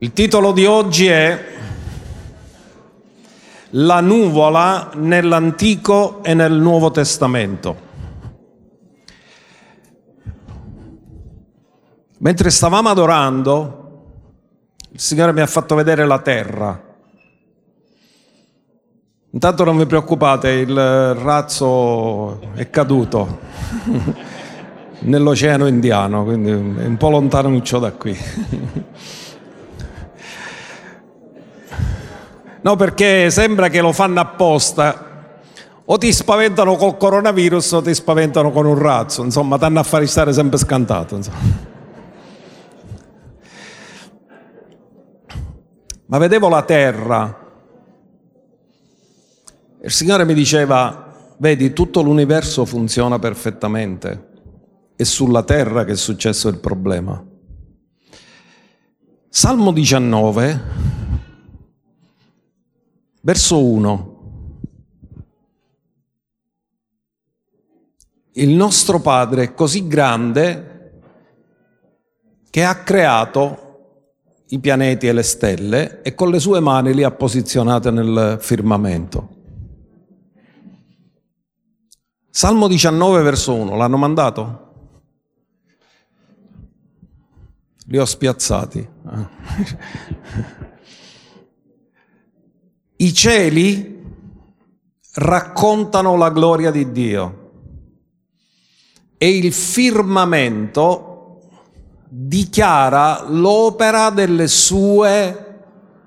Il titolo di oggi è La nuvola nell'Antico e nel Nuovo Testamento. Mentre stavamo adorando, il Signore mi ha fatto vedere la terra. Intanto non vi preoccupate, il razzo è caduto nell'Oceano Indiano, quindi è un po' lontanuccio da qui. No, perché sembra che lo fanno apposta. O ti spaventano col coronavirus o ti spaventano con un razzo. Insomma, t'hanno a fare stare sempre scantato. Insomma. Ma vedevo la terra. Il Signore mi diceva, vedi, tutto l'universo funziona perfettamente. È sulla terra che è successo il problema. Salmo 19... Verso 1. Il nostro Padre è così grande che ha creato i pianeti e le stelle e con le sue mani li ha posizionate nel firmamento. Salmo 19, verso 1. L'hanno mandato? Li ho spiazzati. I cieli raccontano la gloria di Dio e il firmamento dichiara l'opera delle sue...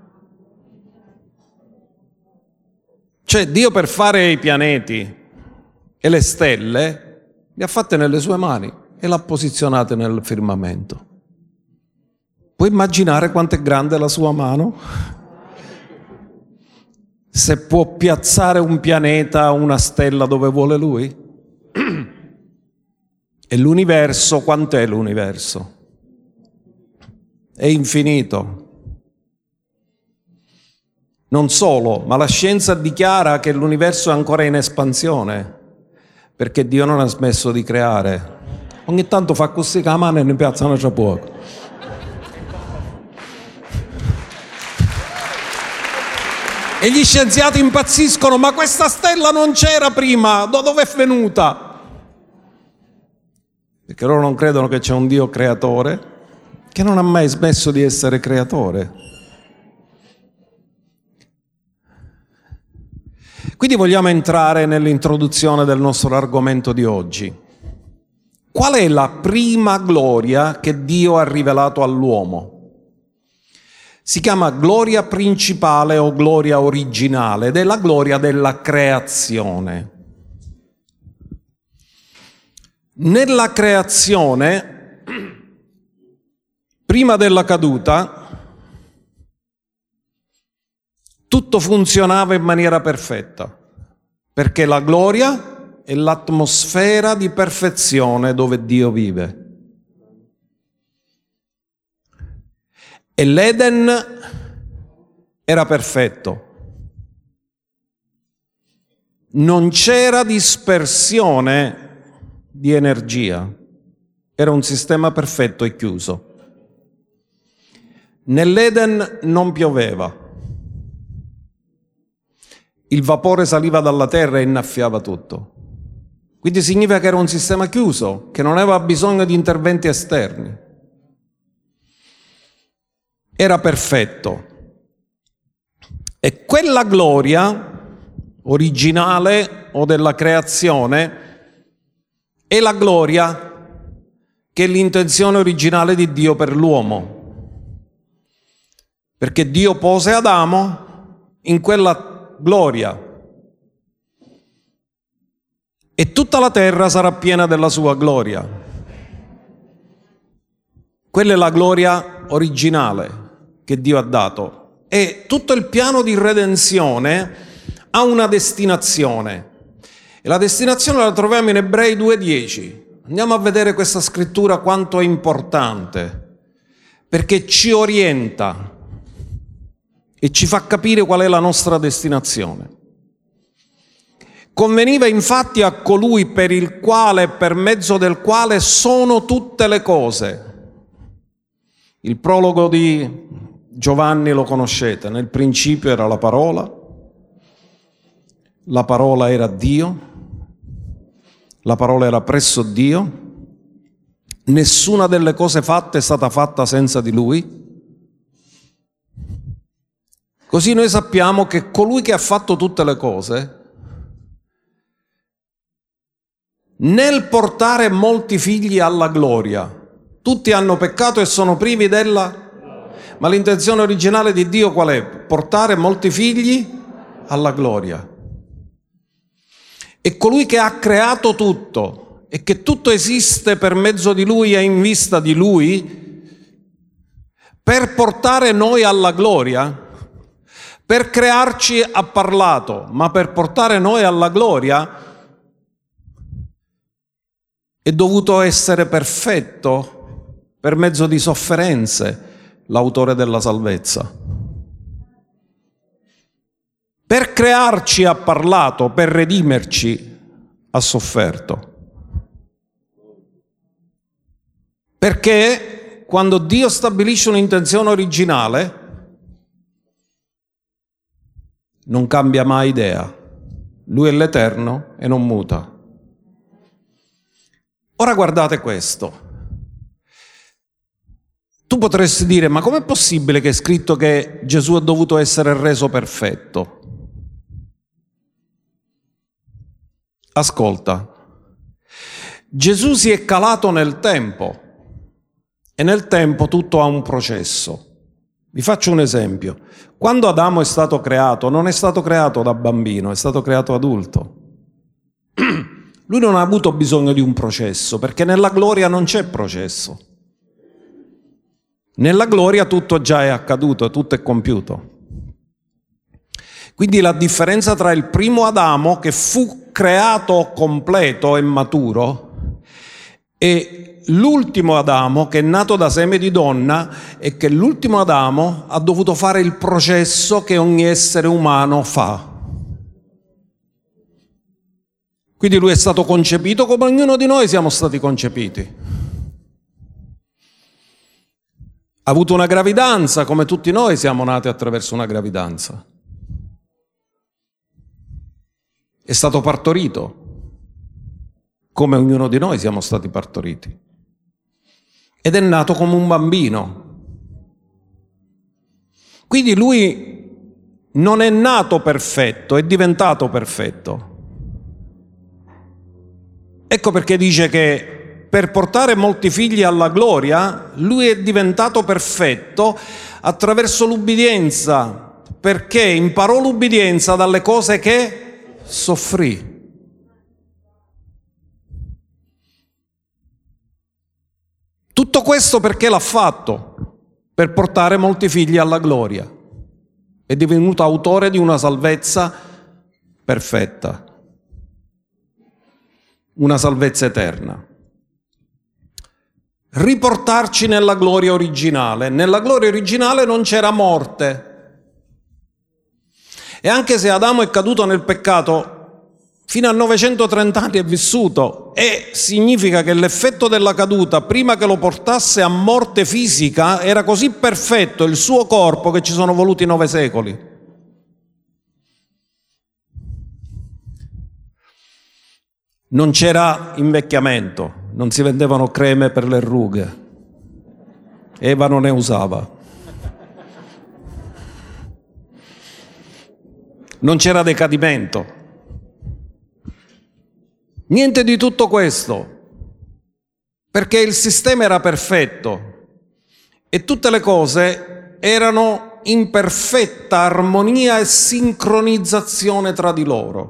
Cioè Dio per fare i pianeti e le stelle li ha fatte nelle sue mani e l'ha posizionate nel firmamento. Puoi immaginare quanto è grande la sua mano? Se può piazzare un pianeta o una stella dove vuole Lui? E l'universo, quant'è l'universo? È infinito. Non solo, ma la scienza dichiara che l'universo è ancora in espansione, perché Dio non ha smesso di creare. Ogni tanto fa così con la mano e ne piazzano tra poco. E gli scienziati impazziscono, ma questa stella non c'era prima, dove è venuta? Perché loro non credono che c'è un Dio creatore, che non ha mai smesso di essere creatore. Quindi vogliamo entrare nell'introduzione del nostro argomento di oggi. Qual è la prima gloria che Dio ha rivelato all'uomo? Si chiama gloria principale o gloria originale ed è la gloria della creazione. Nella creazione, prima della caduta, tutto funzionava in maniera perfetta, perché la gloria è l'atmosfera di perfezione dove Dio vive. E l'Eden era perfetto. Non c'era dispersione di energia. Era un sistema perfetto e chiuso. Nell'Eden non pioveva. Il vapore saliva dalla terra e innaffiava tutto. Quindi significa che era un sistema chiuso, che non aveva bisogno di interventi esterni. Era perfetto. E quella gloria originale o della creazione è la gloria che è l'intenzione originale di Dio per l'uomo. Perché Dio pose Adamo in quella gloria. E tutta la terra sarà piena della sua gloria. Quella è la gloria originale che Dio ha dato. E tutto il piano di redenzione ha una destinazione. E la destinazione la troviamo in Ebrei 2,10. Andiamo a vedere questa scrittura quanto è importante, perché ci orienta e ci fa capire qual è la nostra destinazione. Conveniva infatti a colui per il quale e per mezzo del quale sono tutte le cose. Il prologo di Giovanni lo conoscete, nel principio era la parola era Dio, la parola era presso Dio, nessuna delle cose fatte è stata fatta senza di Lui. Così noi sappiamo che colui che ha fatto tutte le cose, nel portare molti figli alla gloria, tutti hanno peccato e sono privi della... Ma l'intenzione originale di Dio qual è? Portare molti figli alla gloria. E colui che ha creato tutto e che tutto esiste per mezzo di Lui e in vista di Lui, per portare noi alla gloria, per crearci ha parlato, ma per portare noi alla gloria è dovuto essere perfetto per mezzo di sofferenze, l'autore della salvezza. Per crearci ha parlato, per redimerci ha sofferto. Perché quando Dio stabilisce un'intenzione originale, non cambia mai idea. Lui è l'Eterno e non muta. Ora guardate questo. Tu potresti dire, ma com'è possibile che è scritto che Gesù è dovuto essere reso perfetto? Ascolta, Gesù si è calato nel tempo e nel tempo tutto ha un processo. Vi faccio un esempio. Quando Adamo è stato creato, non è stato creato da bambino, è stato creato adulto. Lui non ha avuto bisogno di un processo, perché nella gloria non c'è processo. Nella gloria tutto già è accaduto, tutto è compiuto. Quindi la differenza tra il primo Adamo, che fu creato completo e maturo, e l'ultimo Adamo, che è nato da seme di donna, è che l'ultimo Adamo ha dovuto fare il processo che ogni essere umano fa. Quindi lui è stato concepito come ognuno di noi siamo stati concepiti. Ha avuto una gravidanza, come tutti noi siamo nati attraverso una gravidanza. È stato partorito, come ognuno di noi siamo stati partoriti. Ed è nato come un bambino. Quindi lui non è nato perfetto, è diventato perfetto. Ecco perché dice che per portare molti figli alla gloria, lui è diventato perfetto attraverso l'ubbidienza, perché imparò l'ubbidienza dalle cose che soffrì. Tutto questo perché l'ha fatto? Per portare molti figli alla gloria. È divenuto autore di una salvezza perfetta, una salvezza eterna. Riportarci nella gloria originale. Nella gloria originale non c'era morte. E anche se Adamo è caduto nel peccato, fino a 930 anni è vissuto, e significa che l'effetto della caduta, prima che lo portasse a morte fisica, era così perfetto il suo corpo che ci sono voluti 9 secoli. Non c'era invecchiamento. Non si vendevano creme per le rughe. Eva non ne usava. Non c'era decadimento. Niente di tutto questo. Perché il sistema era perfetto e tutte le cose erano in perfetta armonia e sincronizzazione tra di loro.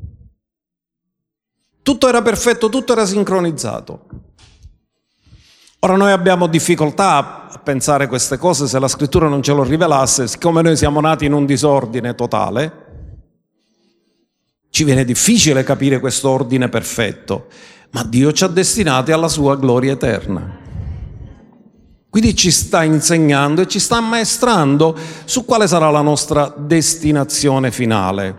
Tutto era perfetto, tutto era sincronizzato. Ora noi abbiamo difficoltà a pensare queste cose se la scrittura non ce lo rivelasse, siccome noi siamo nati in un disordine totale, ci viene difficile capire questo ordine perfetto, ma Dio ci ha destinati alla sua gloria eterna. Quindi ci sta insegnando e ci sta ammaestrando su quale sarà la nostra destinazione finale.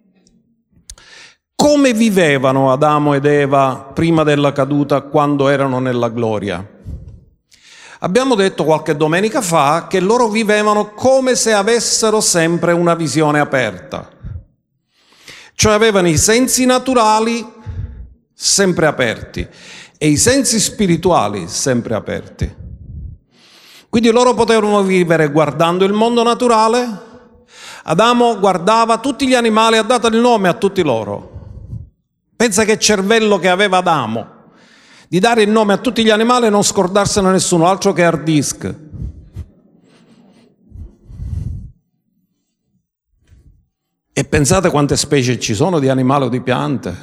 Come vivevano Adamo ed Eva prima della caduta quando erano nella gloria? Abbiamo detto qualche domenica fa che loro vivevano come se avessero sempre una visione aperta, cioè avevano i sensi naturali sempre aperti e i sensi spirituali sempre aperti. Quindi loro potevano vivere guardando il mondo naturale. Adamo guardava tutti gli animali, ha dato il nome a tutti loro. Pensa che cervello che aveva Adamo, di dare il nome a tutti gli animali e non scordarsene nessuno, altro che hard disk. E pensate quante specie ci sono di animali o di piante.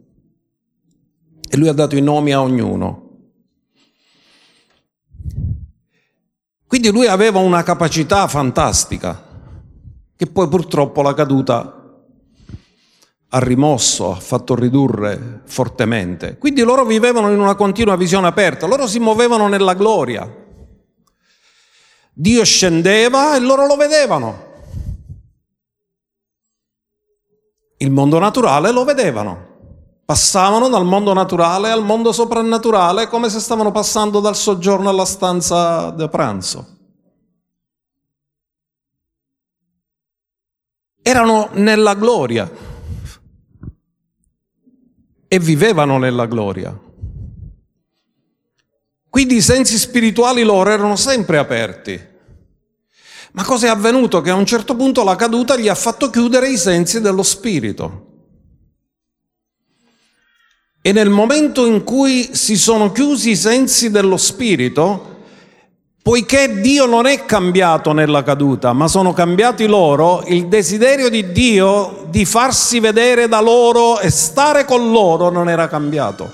E lui ha dato i nomi a ognuno. Quindi lui aveva una capacità fantastica, che poi purtroppo la caduta ha rimosso, ha fatto ridurre fortemente. Quindi loro vivevano in una continua visione aperta, loro si muovevano nella gloria. Dio scendeva e loro lo vedevano. Il mondo naturale lo vedevano. Passavano dal mondo naturale al mondo soprannaturale come se stavano passando dal soggiorno alla stanza da pranzo. Erano nella gloria e vivevano nella gloria. Quindi i sensi spirituali loro erano sempre aperti. Ma cosa è avvenuto? Che a un certo punto la caduta gli ha fatto chiudere i sensi dello spirito. E nel momento in cui si sono chiusi i sensi dello spirito, poiché Dio non è cambiato nella caduta, ma sono cambiati loro, il desiderio di Dio di farsi vedere da loro e stare con loro non era cambiato.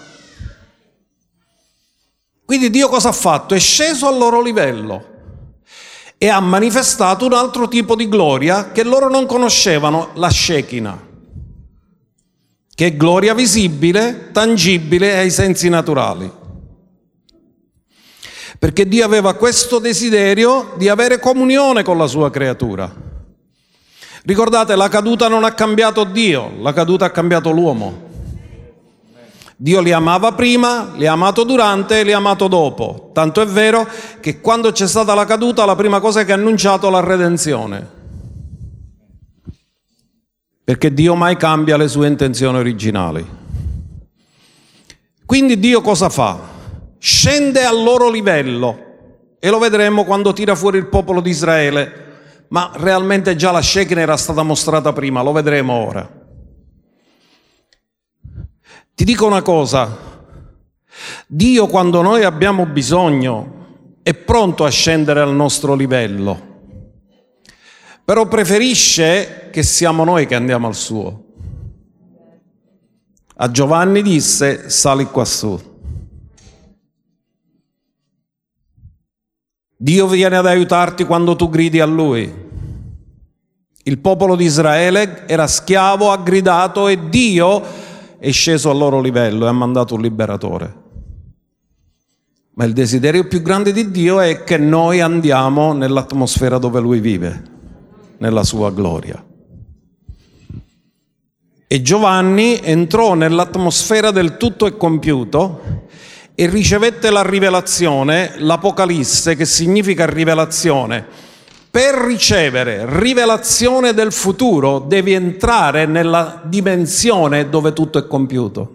Quindi Dio cosa ha fatto? È sceso al loro livello e ha manifestato un altro tipo di gloria che loro non conoscevano, la Shekinah, che è gloria visibile, tangibile ai sensi naturali. Perché Dio aveva questo desiderio di avere comunione con la sua creatura. Ricordate, la caduta non ha cambiato Dio, la caduta ha cambiato l'uomo. Dio li amava prima, li ha amato durante e li ha amato dopo. Tanto è vero che quando c'è stata la caduta, la prima cosa che ha annunciato è la redenzione. Perché Dio mai cambia le sue intenzioni originali. Quindi Dio cosa fa? Scende al loro livello e lo vedremo quando tira fuori il popolo di Israele, ma realmente già la Shekinah era stata mostrata prima, lo vedremo ora. Ti dico una cosa, Dio quando noi abbiamo bisogno è pronto a scendere al nostro livello. Però preferisce che siamo noi che andiamo al suo. A Giovanni disse: sali quassù. Dio viene ad aiutarti quando tu gridi a Lui. Il popolo di Israele era schiavo, ha gridato e Dio è sceso al loro livello e ha mandato un liberatore. Ma il desiderio più grande di Dio è che noi andiamo nell'atmosfera dove Lui vive, nella sua gloria. E Giovanni entrò nell'atmosfera del tutto è compiuto e ricevette la rivelazione, l'Apocalisse, che significa rivelazione. Per ricevere rivelazione del futuro devi entrare nella dimensione dove tutto è compiuto.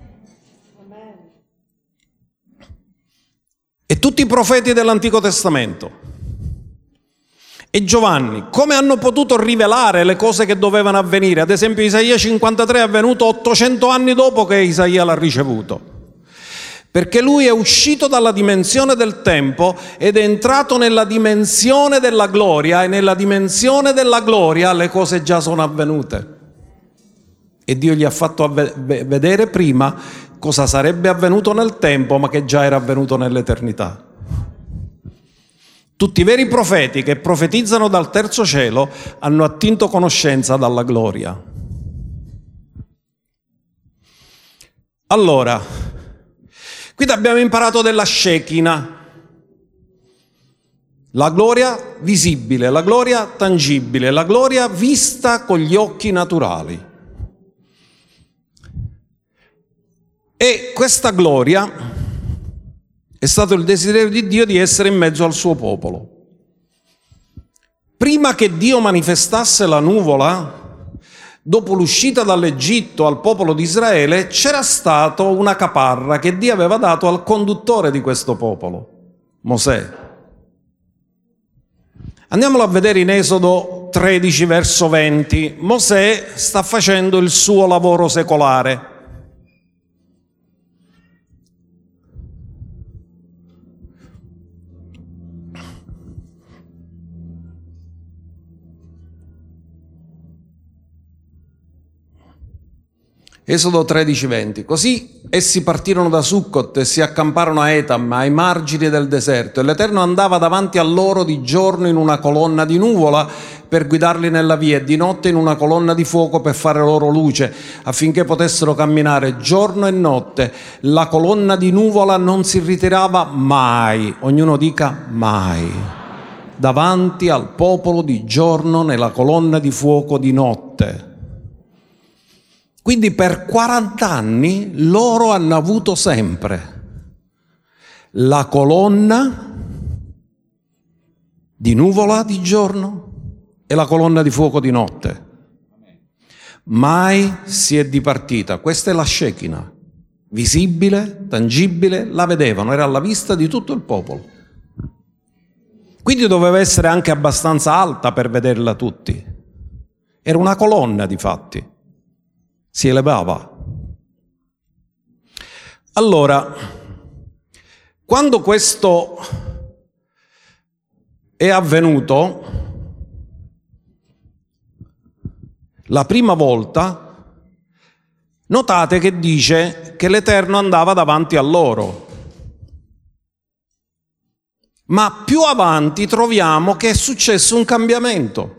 E tutti i profeti dell'Antico Testamento e Giovanni, come hanno potuto rivelare le cose che dovevano avvenire? Ad esempio Isaia 53 è avvenuto 800 anni dopo che Isaia l'ha ricevuto, perché lui è uscito dalla dimensione del tempo ed è entrato nella dimensione della gloria, e nella dimensione della gloria le cose già sono avvenute. E Dio gli ha fatto vedere prima cosa sarebbe avvenuto nel tempo, ma che già era avvenuto nell'eternità. Tutti i veri profeti che profetizzano dal terzo cielo hanno attinto conoscenza dalla gloria. Allora, qui abbiamo imparato della Shekinah, la gloria visibile, la gloria tangibile, la gloria vista con gli occhi naturali. E questa gloria È stato il desiderio di Dio di essere in mezzo al suo popolo. Prima che Dio manifestasse la nuvola, dopo l'uscita dall'Egitto al popolo di Israele, c'era stata una caparra che Dio aveva dato al conduttore di questo popolo, Mosè. Andiamolo a vedere in Esodo 13, verso 20. Mosè sta facendo il suo lavoro secolare. Esodo 13, 20. Così essi partirono da Succot e si accamparono a Etam, ai margini del deserto, e l'Eterno andava davanti a loro di giorno in una colonna di nuvola per guidarli nella via, e di notte in una colonna di fuoco per fare loro luce, affinché potessero camminare giorno e notte. La colonna di nuvola non si ritirava mai, ognuno dica mai, davanti al popolo di giorno, nella colonna di fuoco di notte. Quindi per 40 anni loro hanno avuto sempre la colonna di nuvola di giorno e la colonna di fuoco di notte. Mai si è dipartita. Questa è la Shekinah, visibile, tangibile, la vedevano, era alla vista di tutto il popolo. Quindi doveva essere anche abbastanza alta per vederla tutti. Era una colonna, difatti. Si elevava. Allora, quando questo è avvenuto, la prima volta, notate che dice che l'Eterno andava davanti a loro. Ma più avanti troviamo che è successo un cambiamento.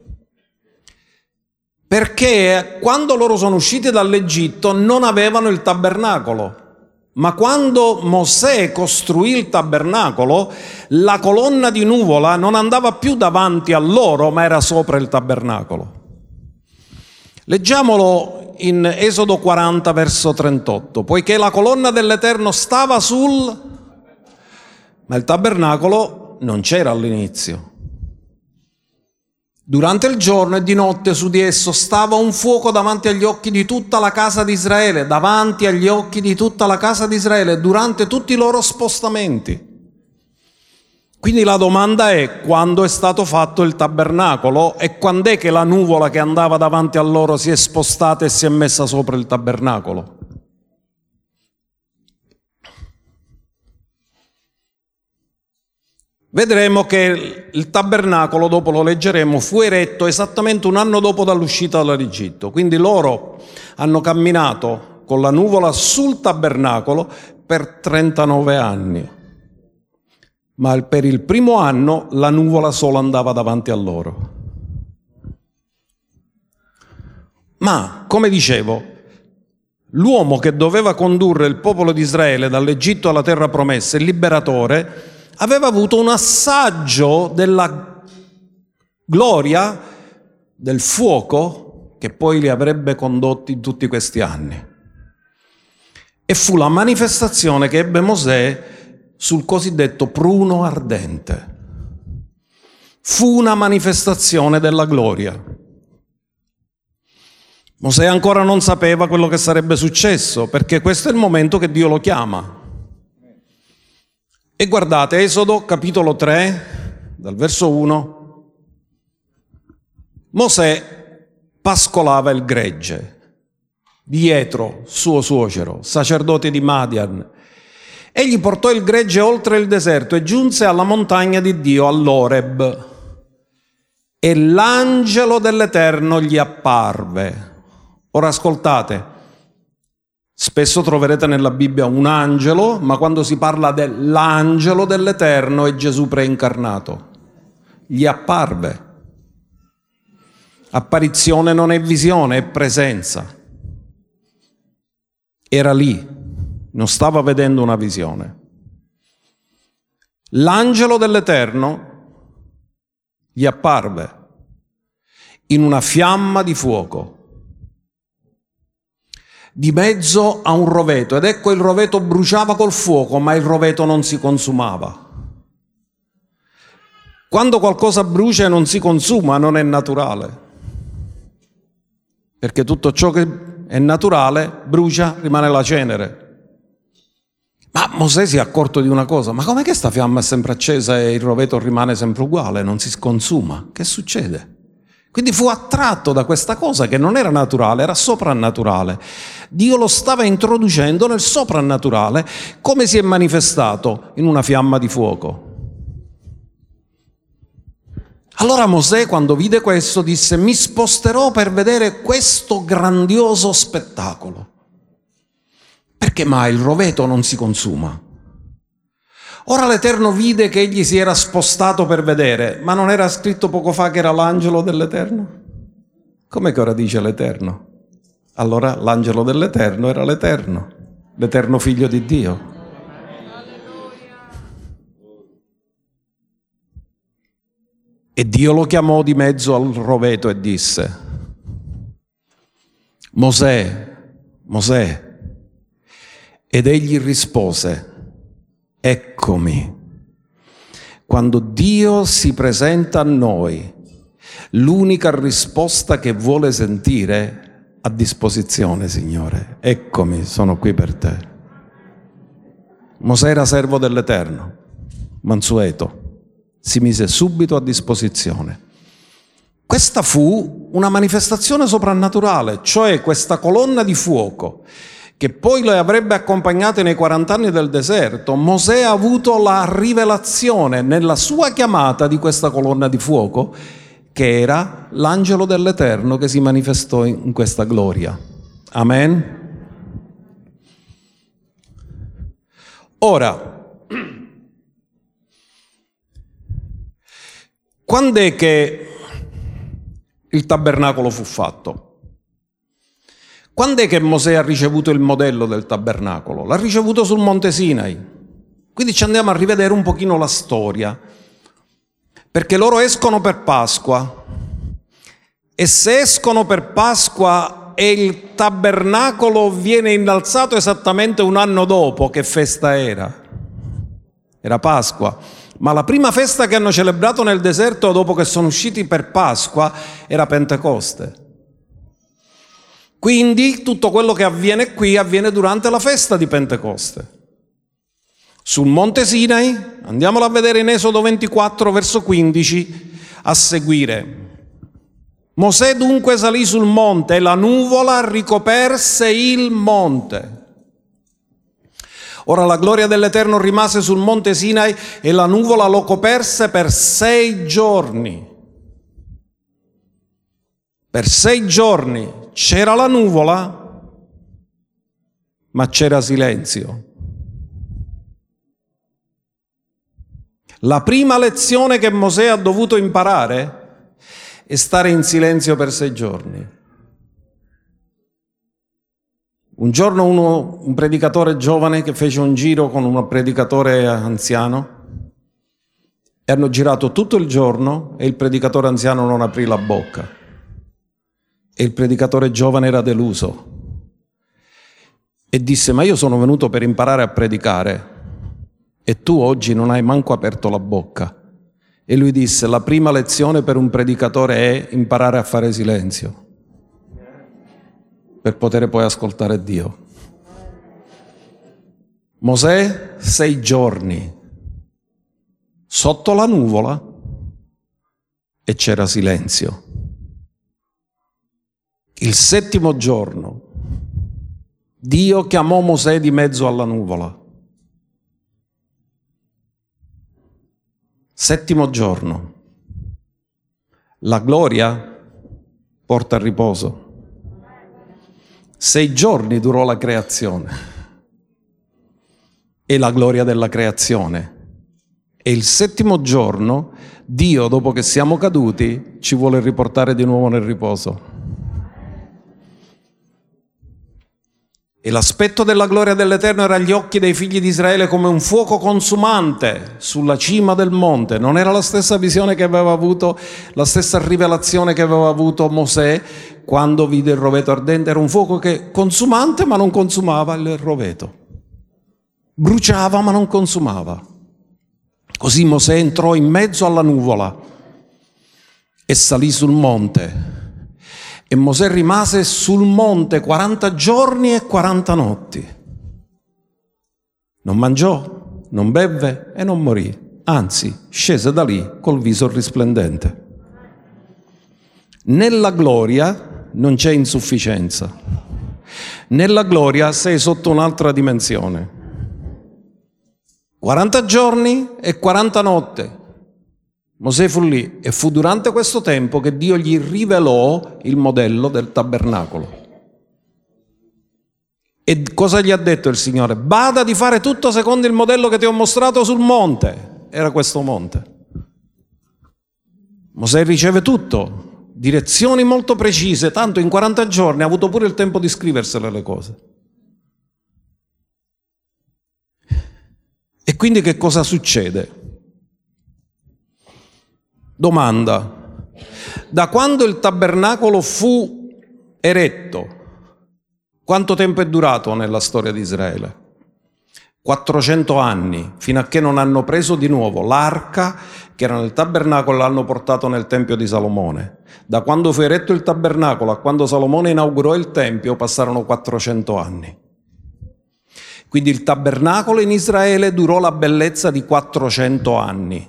Perché quando loro sono usciti dall'Egitto non avevano il tabernacolo, ma quando Mosè costruì il tabernacolo, la colonna di nuvola non andava più davanti a loro, ma era sopra il tabernacolo. Leggiamolo in Esodo 40, verso 38. Poiché la colonna dell'Eterno stava ma il tabernacolo non c'era all'inizio. Durante il giorno e di notte su di esso stava un fuoco davanti agli occhi di tutta la casa di Israele, davanti agli occhi di tutta la casa di Israele, durante tutti i loro spostamenti. Quindi la domanda è: quando è stato fatto il tabernacolo e quando è che la nuvola che andava davanti a loro si è spostata e si è messa sopra il tabernacolo? Vedremo che il tabernacolo, dopo lo leggeremo, fu eretto esattamente un anno dopo dall'uscita dall'Egitto. Quindi loro hanno camminato con la nuvola sul tabernacolo per 39 anni. Ma per il primo anno la nuvola solo andava davanti a loro. Ma, come dicevo, l'uomo che doveva condurre il popolo di Israele dall'Egitto alla terra promessa, il liberatore, aveva avuto un assaggio della gloria del fuoco che poi li avrebbe condotti in tutti questi anni. E fu la manifestazione che ebbe Mosè sul cosiddetto pruno ardente. Fu una manifestazione della gloria. Mosè ancora non sapeva quello che sarebbe successo, perché questo è il momento che Dio lo chiama. E guardate, Esodo capitolo 3, dal verso 1, Mosè pascolava il gregge di Jetro, suo suocero, sacerdote di Madian. Egli portò il gregge oltre il deserto e giunse alla montagna di Dio, all'Oreb, e l'angelo dell'Eterno gli apparve. Ora ascoltate. Spesso troverete nella Bibbia un angelo, ma quando si parla dell'angelo dell'Eterno è Gesù preincarnato. Gli apparve. Apparizione non è visione, è presenza. Era lì, non stava vedendo una visione. L'angelo dell'Eterno gli apparve in una fiamma di fuoco. di mezzo a un roveto, ed ecco il roveto bruciava col fuoco, ma il roveto non si consumava. Quando qualcosa brucia e non si consuma, non è naturale, perché tutto ciò che è naturale brucia, rimane la cenere. Ma Mosè si è accorto di una cosa: ma com'è che sta fiamma è sempre accesa e il roveto rimane sempre uguale, non si consuma? Che succede? Quindi fu attratto da questa cosa che non era naturale, era soprannaturale. Dio lo stava introducendo nel soprannaturale. Come si è manifestato? In una fiamma di fuoco. Allora Mosè, quando vide questo, disse: mi sposterò per vedere questo grandioso spettacolo. Perché mai il roveto non si consuma? Ora l'Eterno vide che egli si era spostato per vedere, ma non era scritto poco fa che era l'angelo dell'Eterno? Com'è che ora dice l'Eterno? Allora l'angelo dell'Eterno era l'Eterno Figlio di Dio. E Dio lo chiamò di mezzo al roveto e disse: Mosè, Mosè. Ed egli rispose: eccomi. Quando Dio si presenta a noi, l'unica risposta che vuole sentire: a disposizione, Signore, eccomi, sono qui per te. Mosè era servo dell'Eterno, mansueto, si mise subito a disposizione. Questa fu una manifestazione soprannaturale, cioè questa colonna di fuoco che poi lo avrebbe accompagnato nei 40 anni del deserto. Mosè ha avuto la rivelazione nella sua chiamata di questa colonna di fuoco, che era l'angelo dell'Eterno che si manifestò in questa gloria. Amen. Ora, quando è che il tabernacolo fu fatto? Quando è che Mosè ha ricevuto il modello del tabernacolo? L'ha ricevuto sul Monte Sinai. Quindi ci andiamo a rivedere un pochino la storia, perché loro escono per Pasqua, e se escono per Pasqua e il tabernacolo viene innalzato esattamente un anno dopo, che festa era? Era Pasqua. Ma la prima festa che hanno celebrato nel deserto dopo che sono usciti per Pasqua era Pentecoste. Quindi tutto quello che avviene qui avviene durante la festa di Pentecoste. Sul Monte Sinai, andiamolo a vedere in Esodo 24, verso 15, a seguire. Mosè dunque salì sul monte e la nuvola ricoperse il monte. Ora la gloria dell'Eterno rimase sul Monte Sinai e la nuvola lo coperse per 6 giorni. Per 6 giorni c'era la nuvola, ma c'era silenzio. La prima lezione che Mosè ha dovuto imparare è stare in silenzio per 6 giorni. Un giorno un predicatore giovane che fece un giro con un predicatore anziano, e hanno girato tutto il giorno e il predicatore anziano non aprì la bocca. E il predicatore giovane era deluso e disse: ma io sono venuto per imparare a predicare e tu oggi non hai manco aperto la bocca. E lui disse: la prima lezione per un predicatore è imparare a fare silenzio per poter poi ascoltare Dio. Mosè 6 giorni sotto la nuvola e c'era silenzio. Il 7° giorno Dio chiamò Mosè di mezzo alla nuvola. 7° giorno. La gloria porta al riposo. 6 giorni durò la creazione e la gloria della creazione. E il 7° giorno Dio, dopo che siamo caduti, ci vuole riportare di nuovo nel riposo. E l'aspetto della gloria dell'Eterno era agli occhi dei figli di Israele come un fuoco consumante sulla cima del monte. Non era la stessa visione che aveva avuto, la stessa rivelazione che aveva avuto Mosè quando vide il roveto ardente era un fuoco che consumante ma non consumava il roveto. Bruciava ma non consumava. Così Mosè entrò in mezzo alla nuvola e salì sul monte. E Mosè rimase sul monte 40 giorni e 40 notti. Non mangiò, non bevve e non morì. Anzi, scese da lì col viso risplendente. Nella gloria non c'è insufficienza. Nella gloria sei sotto un'altra dimensione. 40 giorni e 40 notti. Mosè fu lì e fu durante questo tempo che Dio gli rivelò il modello del tabernacolo. E cosa gli ha detto il Signore? Bada di fare tutto secondo il modello che ti ho mostrato sul monte. Era questo monte. Mosè riceve tutto. Direzioni molto precise, tanto in 40 giorni ha avuto pure il tempo di scriversele le cose. E quindi che cosa succede? Domanda: da quando il tabernacolo fu eretto, quanto tempo è durato nella storia di Israele? 400 anni, fino a che non hanno preso di nuovo l'arca che era nel tabernacolo e l'hanno portato nel Tempio di Salomone. Da quando fu eretto il tabernacolo a quando Salomone inaugurò il Tempio passarono 400 anni. Quindi il tabernacolo in Israele durò la bellezza di 400 anni.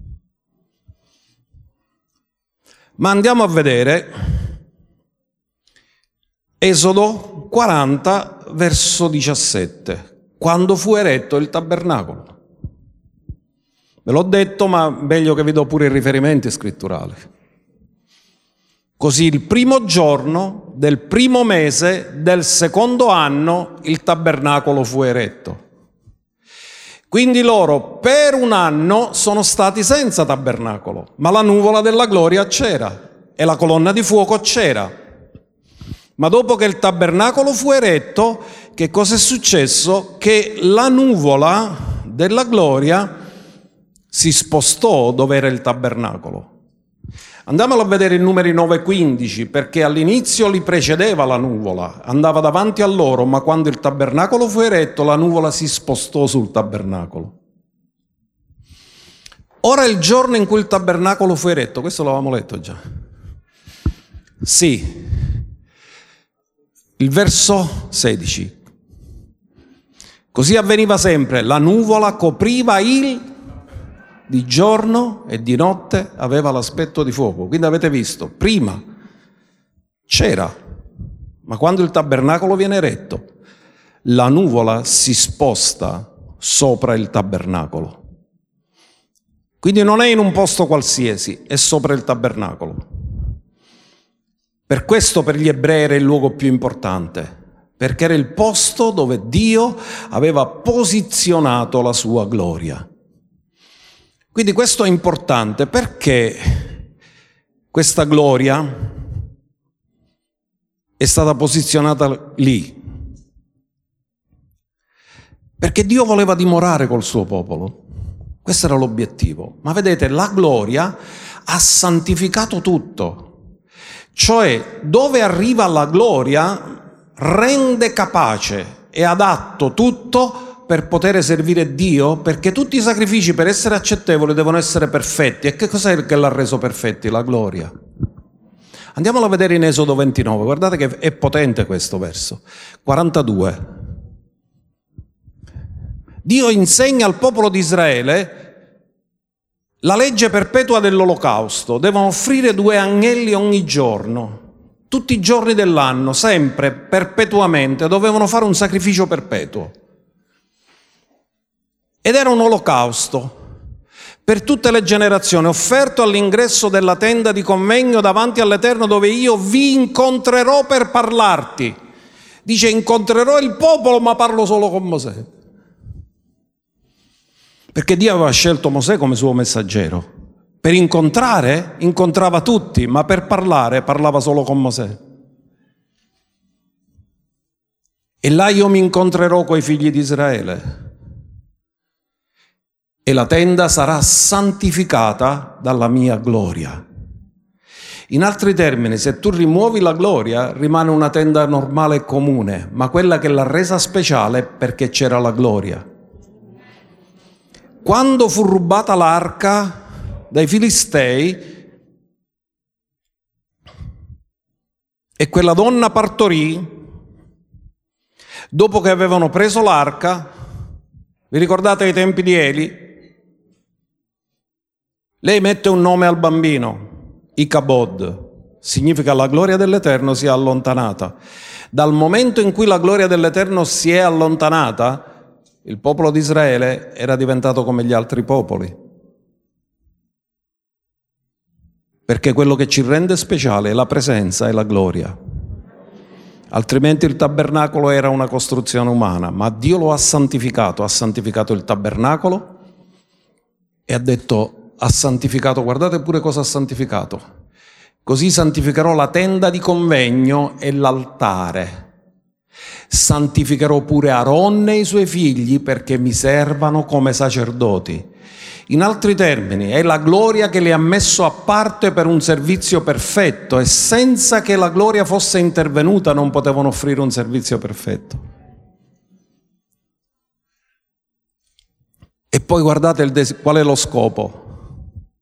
Ma andiamo a vedere Esodo 40, verso 17. Quando fu eretto il tabernacolo. Ve l'ho detto, ma meglio che vi do pure i riferimenti scritturali. Così il primo giorno del primo mese del secondo anno il tabernacolo fu eretto. Quindi loro per un anno sono stati senza tabernacolo, ma la nuvola della gloria c'era e la colonna di fuoco c'era. Ma dopo che il tabernacolo fu eretto, che cosa è successo? Che la nuvola della gloria si spostò dove era il tabernacolo. Andiamolo a vedere in Numeri 9:15, perché all'inizio li precedeva la nuvola, andava davanti a loro, ma quando il tabernacolo fu eretto, la nuvola si spostò sul tabernacolo. Ora il giorno in cui il tabernacolo fu eretto, questo l'avevamo letto già. Sì. Il verso 16. Così avveniva sempre, la nuvola copriva di giorno e di notte aveva l'aspetto di fuoco. Quindi avete visto, prima c'era, ma quando il tabernacolo viene eretto, la nuvola si sposta sopra il tabernacolo. Quindi non è in un posto qualsiasi, è sopra il tabernacolo. Per questo per gli ebrei era il luogo più importante, perché era il posto dove Dio aveva posizionato la sua gloria. Quindi questo è importante perché questa gloria è stata posizionata lì. Perché Dio voleva dimorare col suo popolo. Questo era l'obiettivo. Ma vedete, la gloria ha santificato tutto. Cioè, dove arriva la gloria, rende capace e adatto tutto per poter servire Dio, perché tutti i sacrifici per essere accettevoli devono essere perfetti. E che cos'è che l'ha reso perfetti? La gloria. Andiamolo a vedere in Esodo 29, guardate che è potente questo verso. 42. Dio insegna al popolo di Israele la legge perpetua dell'olocausto. Devono offrire 2 agnelli ogni giorno, tutti i giorni dell'anno, sempre, perpetuamente, dovevano fare un sacrificio perpetuo. Ed era un olocausto per tutte le generazioni, offerto all'ingresso della tenda di convegno davanti all'Eterno, dove io vi incontrerò per parlarti. Dice, incontrerò il popolo, ma parlo solo con Mosè. Perché Dio aveva scelto Mosè come suo messaggero. Per incontrare, incontrava tutti, ma per parlare, parlava solo con Mosè. E là io mi incontrerò coi figli di Israele. E la tenda sarà santificata dalla mia gloria. In altri termini, se tu rimuovi la gloria, rimane una tenda normale e comune, ma quella che l'ha resa speciale perché c'era la gloria. Quando fu rubata l'arca dai Filistei e quella donna partorì, dopo che avevano preso l'arca, vi ricordate i tempi di Eli? Lei mette un nome al bambino, Icabod, significa la gloria dell'Eterno si è allontanata. Dal momento in cui la gloria dell'Eterno si è allontanata, il popolo di Israele era diventato come gli altri popoli. Perché quello che ci rende speciale è la presenza e la gloria. Altrimenti il tabernacolo era una costruzione umana, ma Dio lo ha santificato il tabernacolo e ha detto, ha santificato, guardate pure cosa ha santificato, così santificherò la tenda di convegno e l'altare, santificherò pure Aaron e i suoi figli perché mi servano come sacerdoti. In altri termini, è la gloria che li ha messo a parte per un servizio perfetto e senza che la gloria fosse intervenuta non potevano offrire un servizio perfetto. E poi guardate qual è lo scopo.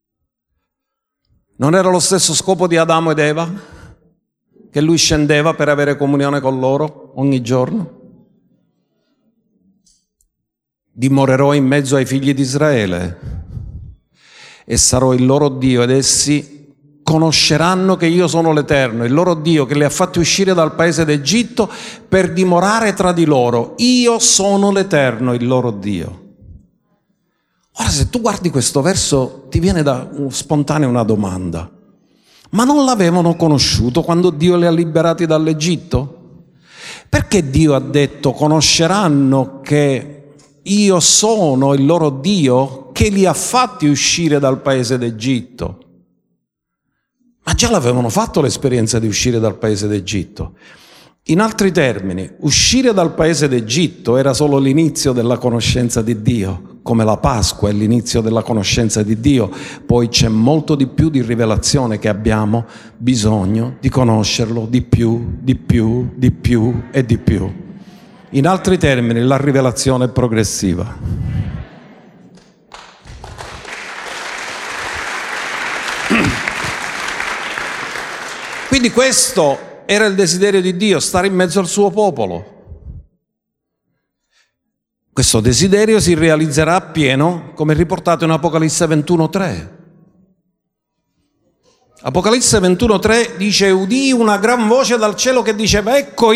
Non era lo stesso scopo di Adamo ed Eva? Che lui scendeva per avere comunione con loro ogni giorno? Dimorerò in mezzo ai figli di Israele e sarò il loro Dio ed essi conosceranno che io sono l'Eterno, il loro Dio che li ha fatti uscire dal paese d'Egitto per dimorare tra di loro. Io sono l'Eterno, il loro Dio. Ora, se tu guardi questo verso, ti viene da spontanea una domanda. Ma non l'avevano conosciuto quando Dio li ha liberati dall'Egitto? Perché Dio ha detto conosceranno che io sono il loro Dio che li ha fatti uscire dal paese d'Egitto? Ma già l'avevano fatto l'esperienza di uscire dal paese d'Egitto. In altri termini, uscire dal paese d'Egitto era solo l'inizio della conoscenza di Dio, come la Pasqua è l'inizio della conoscenza di Dio. Poi c'è molto di più di rivelazione che abbiamo bisogno di conoscerlo di più, di più, di più e di più. In altri termini, la rivelazione è progressiva. Quindi questo era il desiderio di Dio, stare in mezzo al suo popolo. Questo desiderio si realizzerà appieno, come riportato in Apocalisse 21:3. Apocalisse 21:3 dice: udii una gran voce dal cielo che diceva, ecco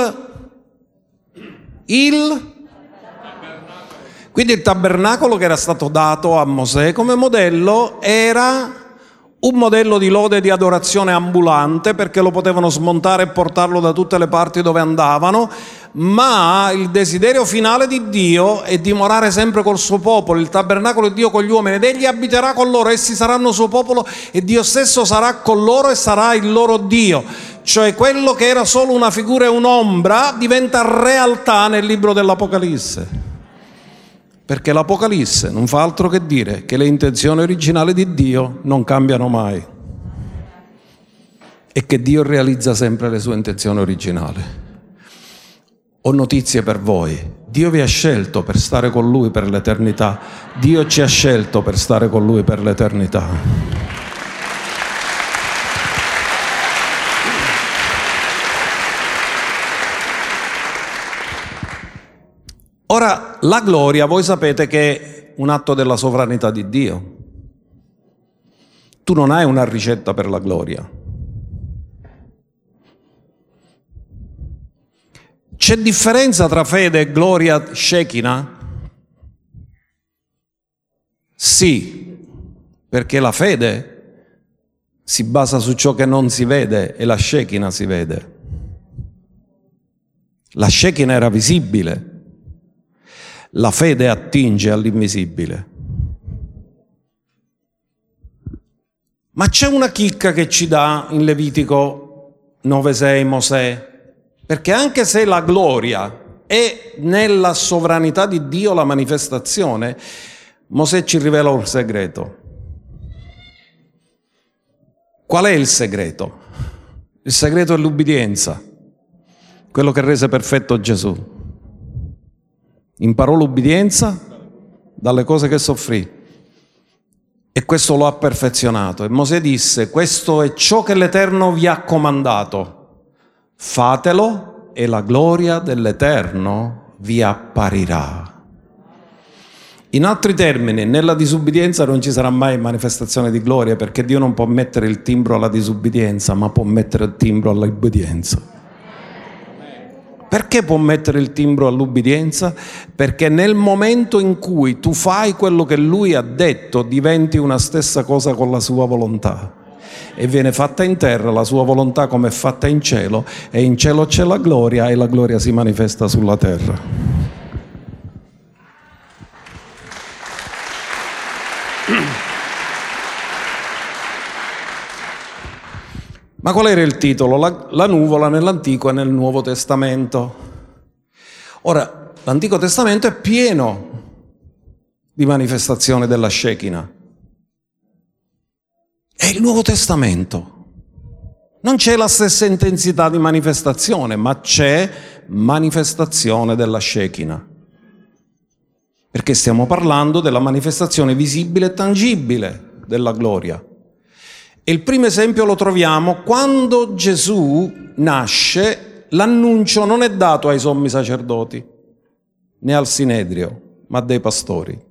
Quindi il tabernacolo che era stato dato a Mosè come modello era un modello di lode e di adorazione ambulante, perché lo potevano smontare e portarlo da tutte le parti dove andavano, ma il desiderio finale di Dio è dimorare sempre col suo popolo. Il tabernacolo è Dio con gli uomini ed egli abiterà con loro, essi saranno suo popolo e Dio stesso sarà con loro e sarà il loro Dio. Cioè quello che era solo una figura e un'ombra diventa realtà nel libro dell'Apocalisse. Perché l'Apocalisse non fa altro che dire che le intenzioni originali di Dio non cambiano mai e che Dio realizza sempre le sue intenzioni originali. Ho notizie per voi. Dio vi ha scelto per stare con Lui per l'eternità. Dio ci ha scelto per stare con Lui per l'eternità. Ora, la gloria, voi sapete che è un atto della sovranità di Dio. Tu non hai una ricetta per la gloria. C'è differenza tra fede e gloria Shekinah? Sì, perché la fede si basa su ciò che non si vede e la Shekinah si vede. La Shekinah era visibile. La fede attinge all'invisibile. Ma c'è una chicca che ci dà in Levitico 9:6 Mosè, perché anche se la gloria è nella sovranità di Dio la manifestazione, Mosè ci rivela un segreto. Qual è il segreto? Il segreto è l'ubbidienza, quello che rese perfetto Gesù. Imparò l'ubbidienza dalle cose che soffrì e questo lo ha perfezionato. E Mosè disse: questo è ciò che l'Eterno vi ha comandato, fatelo e la gloria dell'Eterno vi apparirà. In altri termini, nella disubbidienza non ci sarà mai manifestazione di gloria, perché Dio non può mettere il timbro alla disubbidienza, ma può mettere il timbro all'ubbidienza. Perché può mettere il timbro all'ubbidienza? Perché nel momento in cui tu fai quello che Lui ha detto, diventi una stessa cosa con la sua volontà. E viene fatta in terra la sua volontà come è fatta in cielo, e in cielo c'è la gloria e la gloria si manifesta sulla terra. Ma qual era il titolo? La nuvola nell'Antico e nel Nuovo Testamento. Ora, l'Antico Testamento è pieno di manifestazioni della Shekinah. E il Nuovo Testamento non c'è la stessa intensità di manifestazione, ma c'è manifestazione della Shekinah. Perché stiamo parlando della manifestazione visibile e tangibile della gloria. E il primo esempio lo troviamo quando Gesù nasce. L'annuncio non è dato ai sommi sacerdoti né al Sinedrio, ma dai pastori.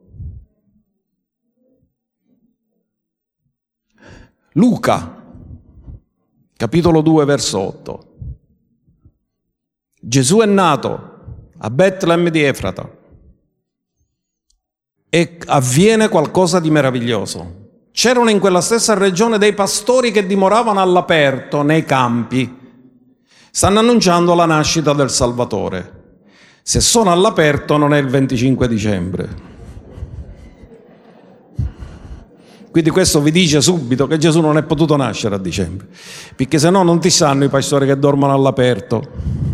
Luca, capitolo 2, verso 8. Gesù è nato a Betlemme di Efrata e avviene qualcosa di meraviglioso. C'erano in quella stessa regione dei pastori che dimoravano all'aperto nei campi. Stanno annunciando la nascita del Salvatore. Se sono all'aperto non è il 25 dicembre. Quindi questo vi dice subito che Gesù non è potuto nascere a dicembre, perché se no non ti sanno i pastori che dormono all'aperto,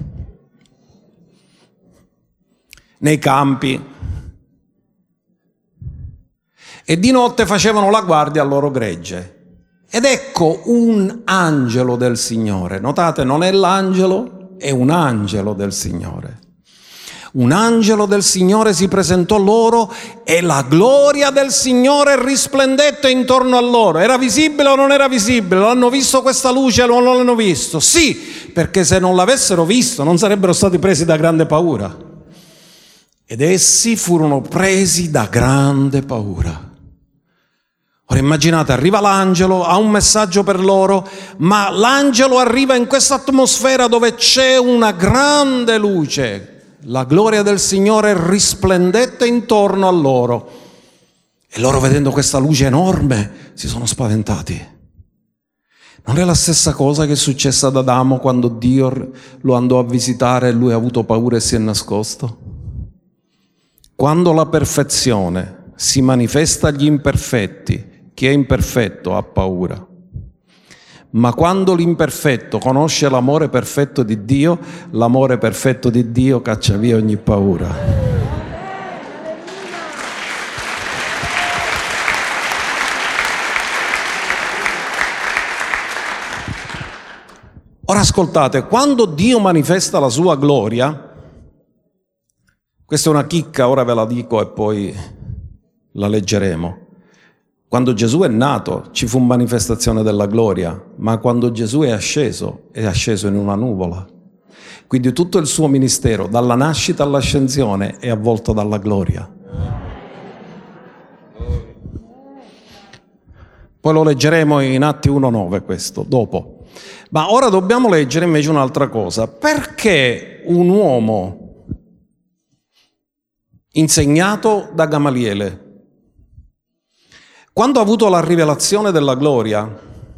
nei campi. E di notte facevano la guardia al loro gregge. Ed ecco un angelo del Signore. Notate, non è l'angelo, è un angelo del Signore. Un angelo del Signore si presentò loro e la gloria del Signore risplendette intorno a loro. Era visibile o non era visibile? L'hanno visto questa luce o non l'hanno visto? Sì, perché se non l'avessero visto non sarebbero stati presi da grande paura. Ed essi furono presi da grande paura. Ora immaginate, arriva l'angelo, ha un messaggio per loro, ma l'angelo arriva in questa atmosfera dove c'è una grande luce. La gloria del Signore risplendette intorno a loro. E loro, vedendo questa luce enorme, si sono spaventati. Non è la stessa cosa che è successa ad Adamo quando Dio lo andò a visitare e lui ha avuto paura e si è nascosto? Quando la perfezione si manifesta agli imperfetti, chi è imperfetto ha paura. Ma quando l'imperfetto conosce l'amore perfetto di Dio, l'amore perfetto di Dio caccia via ogni paura. Ora ascoltate, quando Dio manifesta la sua gloria, questa è una chicca, ora ve la dico e poi la leggeremo. Quando Gesù è nato ci fu manifestazione della gloria, ma quando Gesù è asceso in una nuvola. Quindi tutto il suo ministero, dalla nascita all'ascensione, è avvolto dalla gloria. Poi lo leggeremo in Atti 1,9 questo, dopo. Ma ora dobbiamo leggere invece un'altra cosa. Perché un uomo insegnato da Gamaliele, quando ha avuto la rivelazione della gloria, ha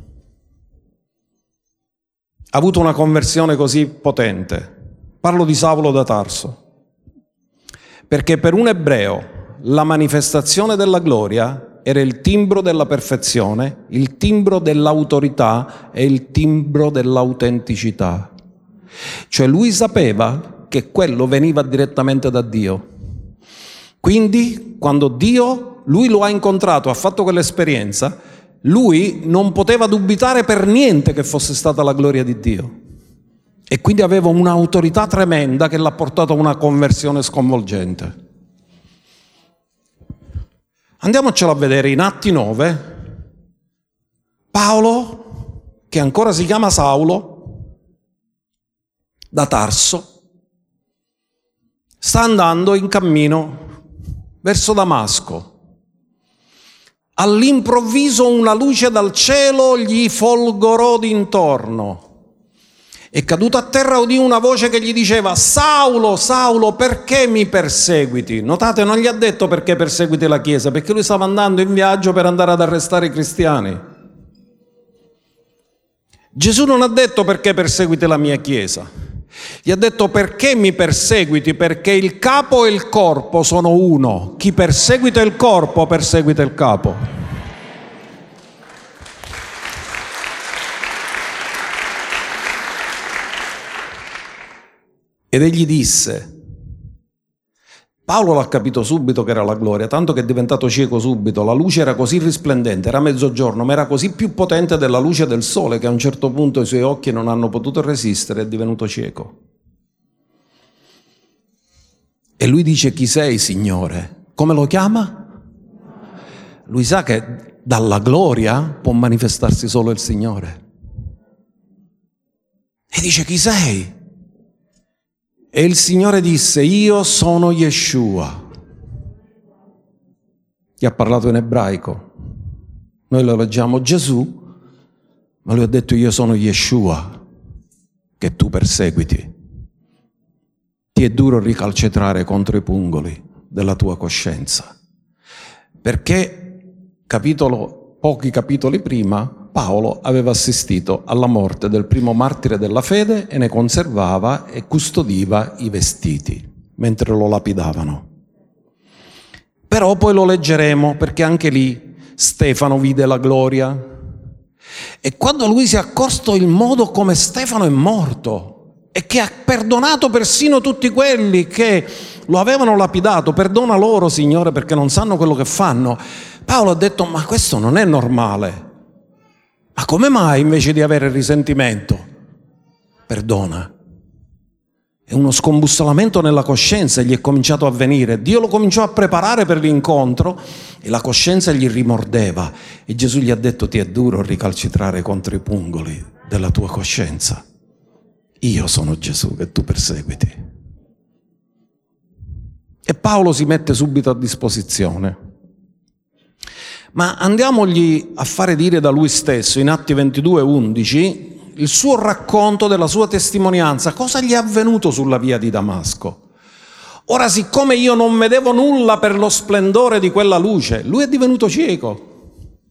avuto una conversione così potente? Parlo di Saulo da Tarso. Perché per un ebreo la manifestazione della gloria era il timbro della perfezione, il timbro dell'autorità e il timbro dell'autenticità. Cioè lui sapeva che quello veniva direttamente da Dio. Quindi quando lui lo ha incontrato, ha fatto quell'esperienza, lui non poteva dubitare per niente che fosse stata la gloria di Dio. E quindi aveva un'autorità tremenda che l'ha portato a una conversione sconvolgente. Andiamocelo a vedere in Atti 9. Paolo, che ancora si chiama Saulo, da Tarso, sta andando in cammino verso Damasco. All'improvviso una luce dal cielo gli folgorò d'intorno. E caduto a terra udì una voce che gli diceva: Saulo, Saulo, perché mi perseguiti? Notate, non gli ha detto perché perseguiti la Chiesa, perché lui stava andando in viaggio per andare ad arrestare i cristiani. Gesù non ha detto perché perseguiti la mia Chiesa. Gli ha detto: perché mi perseguiti? Perché il capo e il corpo sono uno. Chi perseguita il corpo, perseguita il capo. Ed egli disse, Paolo l'ha capito subito che era la gloria, tanto che è diventato cieco subito. La luce era così risplendente, era mezzogiorno, ma era così più potente della luce del sole che a un certo punto i suoi occhi non hanno potuto resistere e è divenuto cieco. E lui dice: chi sei, Signore? Come lo chiama? Lui sa che dalla gloria può manifestarsi solo il Signore. E dice: chi sei? E il Signore disse: io sono Yeshua. Gli ha parlato in ebraico. Noi lo leggiamo Gesù, ma lui ha detto: io sono Yeshua, che tu perseguiti. Ti è duro ricalcitrare contro i pungoli della tua coscienza. Perché pochi capitoli prima Paolo aveva assistito alla morte del primo martire della fede e ne conservava e custodiva i vestiti mentre lo lapidavano. Però poi lo leggeremo, perché anche lì Stefano vide la gloria. E quando lui si è accorto il modo come Stefano è morto e che ha perdonato persino tutti quelli che lo avevano lapidato, perdona loro, Signore, perché non sanno quello che fanno, Paolo ha detto: ma questo non è normale. Ma come mai invece di avere risentimento perdona? E uno scombussolamento nella coscienza gli è cominciato a venire. Dio lo cominciò a preparare per l'incontro e la coscienza gli rimordeva. E Gesù gli ha detto: ti è duro ricalcitrare contro i pungoli della tua coscienza. Io sono Gesù che tu perseguiti. E Paolo si mette subito a disposizione. Ma andiamogli a fare dire da lui stesso, in Atti 22:11, il suo racconto della sua testimonianza, cosa gli è avvenuto sulla via di Damasco. Ora, siccome io non vedevo nulla per lo splendore di quella luce, lui è divenuto cieco.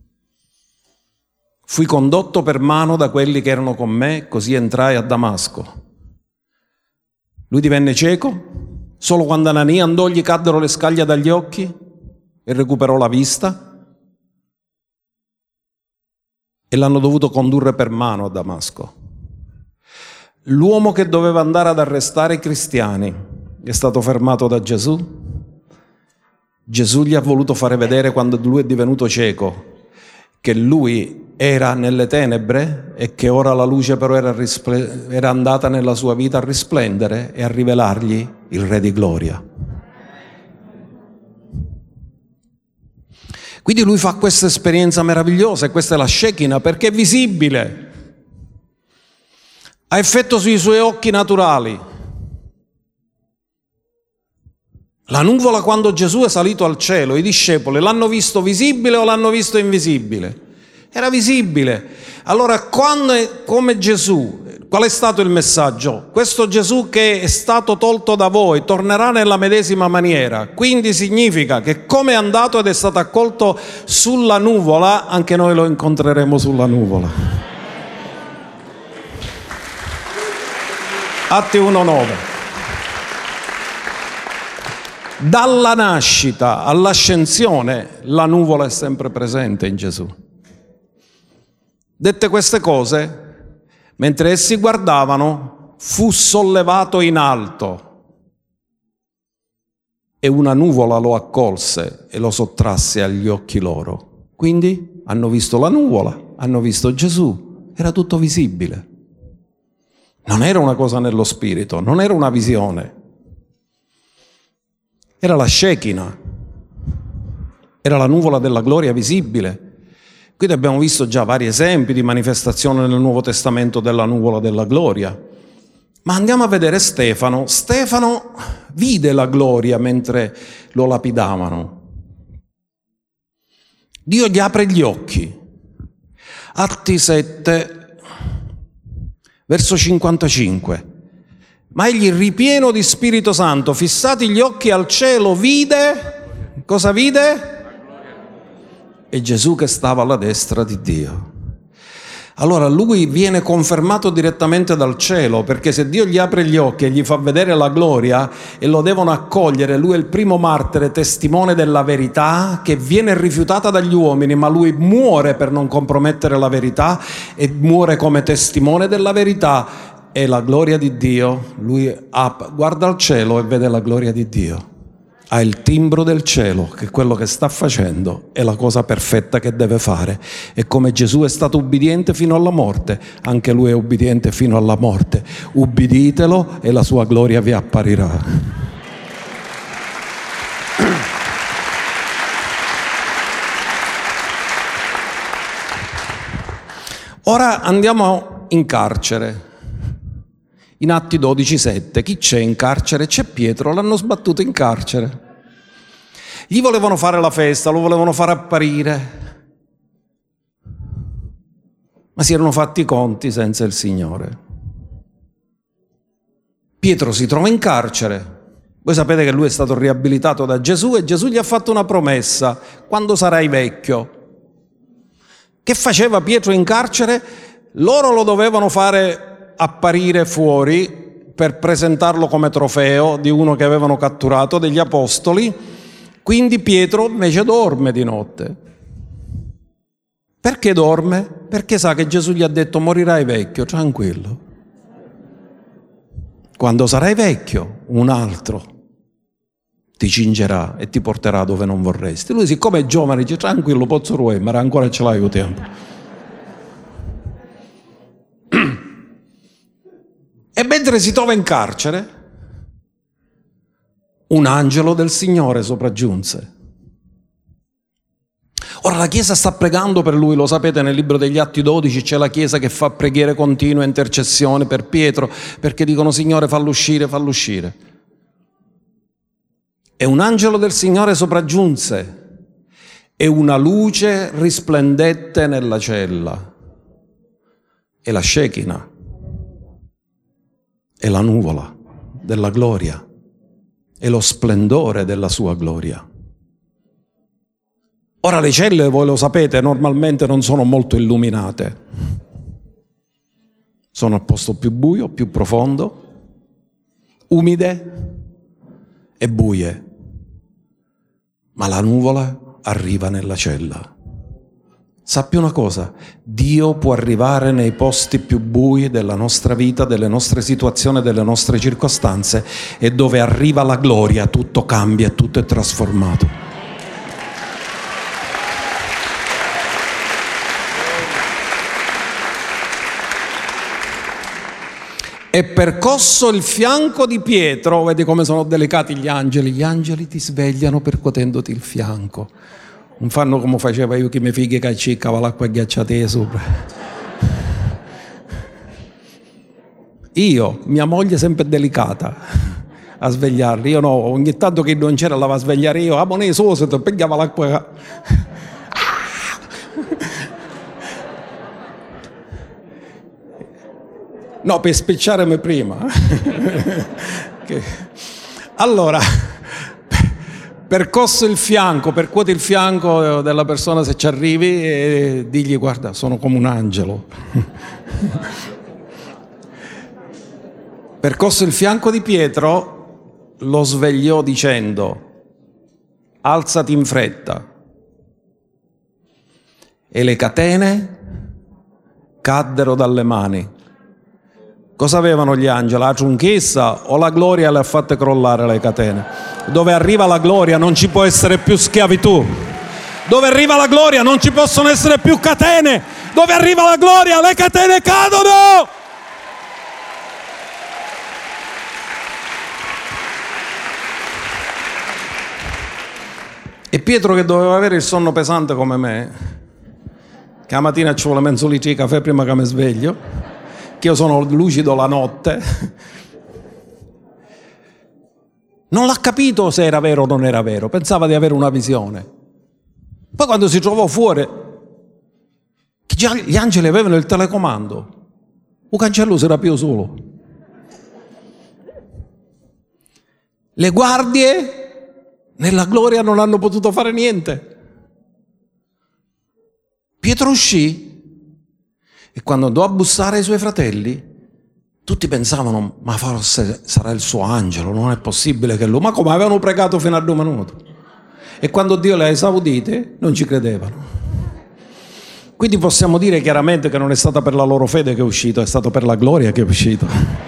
Fui condotto per mano da quelli che erano con me, così entrai a Damasco. Lui divenne cieco, solo quando Anania andò gli caddero le scaglie dagli occhi e recuperò la vista. E l'hanno dovuto condurre per mano a Damasco. L'uomo che doveva andare ad arrestare i cristiani è stato fermato da Gesù. Gesù gli ha voluto fare vedere, quando lui è divenuto cieco, che lui era nelle tenebre e che ora la luce però era andata nella sua vita a risplendere e a rivelargli il Re di gloria. Quindi lui fa questa esperienza meravigliosa, e questa è la Shekinah, perché è visibile, ha effetto sui suoi occhi naturali. La nuvola, quando Gesù è salito al cielo, i discepoli l'hanno visto visibile o l'hanno visto invisibile? Era visibile. Allora, come Gesù, qual è stato il messaggio? Questo Gesù che è stato tolto da voi tornerà nella medesima maniera. Quindi significa che come è andato ed è stato accolto sulla nuvola, anche noi lo incontreremo sulla nuvola. Atti 1:9. Dalla nascita all'ascensione la nuvola è sempre presente in Gesù. Dette queste cose, mentre essi guardavano, fu sollevato in alto e una nuvola lo accolse e lo sottrasse agli occhi loro. Quindi hanno visto la nuvola, hanno visto Gesù, era tutto visibile. Non era una cosa nello spirito, non era una visione. Era la Shekinah, era la nuvola della gloria visibile. Quindi abbiamo visto già vari esempi di manifestazione nel Nuovo Testamento della nuvola della gloria. Ma andiamo a vedere Stefano. Stefano vide la gloria mentre lo lapidavano. Dio gli apre gli occhi. Atti 7, verso 55. Ma egli, ripieno di Spirito Santo, fissati gli occhi al cielo, vide. Cosa vide? E Gesù che stava alla destra di Dio. Allora lui viene confermato direttamente dal cielo, perché se Dio gli apre gli occhi e gli fa vedere la gloria e lo devono accogliere, lui è il primo martire, testimone della verità, che viene rifiutata dagli uomini, ma lui muore per non compromettere la verità e muore come testimone della verità. E la gloria di Dio, lui guarda al cielo e vede la gloria di Dio. Ha il timbro del cielo, che quello che sta facendo è la cosa perfetta che deve fare. E come Gesù è stato ubbidiente fino alla morte, anche lui è ubbidiente fino alla morte. Ubbiditelo e la sua gloria vi apparirà. Ora andiamo in carcere. In Atti 12,7, chi c'è in carcere? C'è Pietro, l'hanno sbattuto in carcere. Gli volevano fare la festa, lo volevano fare apparire, ma si erano fatti i conti senza il Signore. Pietro si trova in carcere. Voi sapete che lui è stato riabilitato da Gesù e Gesù gli ha fatto una promessa: quando sarai vecchio. Che faceva Pietro in carcere? Loro lo dovevano fare apparire fuori per presentarlo come trofeo di uno che avevano catturato, degli apostoli. Quindi Pietro invece dorme di notte. Perché dorme? Perché sa che Gesù gli ha detto: morirai vecchio, tranquillo. Quando sarai vecchio, un altro ti cingerà e ti porterà dove non vorresti. Lui, siccome è giovane, dice: tranquillo, posso ruemare, ancora ce l'hai tempo. E mentre si trova in carcere, un angelo del Signore sopraggiunse. Ora la Chiesa sta pregando per lui, lo sapete, nel libro degli Atti 12 c'è la Chiesa che fa preghiere continue, intercessione per Pietro, perché dicono: Signore, fallo uscire, fallo uscire. E un angelo del Signore sopraggiunse e una luce risplendette nella cella. E la Shekinah, è la nuvola della gloria, è lo splendore della sua gloria. Ora le celle, voi lo sapete, normalmente non sono molto illuminate. Sono al posto più buio, più profondo, umide e buie. Ma la nuvola arriva nella cella. Sappi una cosa: Dio può arrivare nei posti più bui della nostra vita, delle nostre situazioni, delle nostre circostanze, e dove arriva la gloria tutto cambia, tutto è trasformato. E percosso il fianco di Pietro, vedi come sono delicati gli angeli ti svegliano percuotendoti il fianco. Non fanno come faceva io che mi figli che ciccava l'acqua ghiacciata sopra. Io, mia moglie sempre delicata a svegliarli, io no, ogni tanto che non c'era la va a svegliare io, abone su, se ti pigliava l'acqua. No, per spicciarmi prima. Allora, percosso il fianco, percuoti il fianco della persona se ci arrivi e digli: guarda, sono come un angelo. Percosso il fianco di Pietro, lo svegliò dicendo: alzati in fretta. E le catene caddero dalle mani. Cosa avevano gli angeli? La ciunchessa o la gloria le ha fatte crollare le catene? Dove arriva la gloria non ci può essere più schiavitù. Dove arriva la gloria non ci possono essere più catene. Dove arriva la gloria le catene cadono. E Pietro, che doveva avere il sonno pesante come me, che la mattina ci vuole mezzo litro di caffè prima che mi sveglio, che io sono lucido la notte, non l'ha capito se era vero o non era vero, pensava di avere una visione. Poi quando si trovò fuori, che già gli angeli avevano il telecomando, un cancello si era più solo. Le guardie nella gloria non hanno potuto fare niente. Pietro uscì e quando andò a bussare ai suoi fratelli, tutti pensavano, ma forse sarà il suo angelo, non è possibile che lui, ma come avevano pregato fino a 2 minuti. E quando Dio le ha esaudite, non ci credevano. Quindi possiamo dire chiaramente che non è stata per la loro fede che è uscito, è stato per la gloria che è uscito.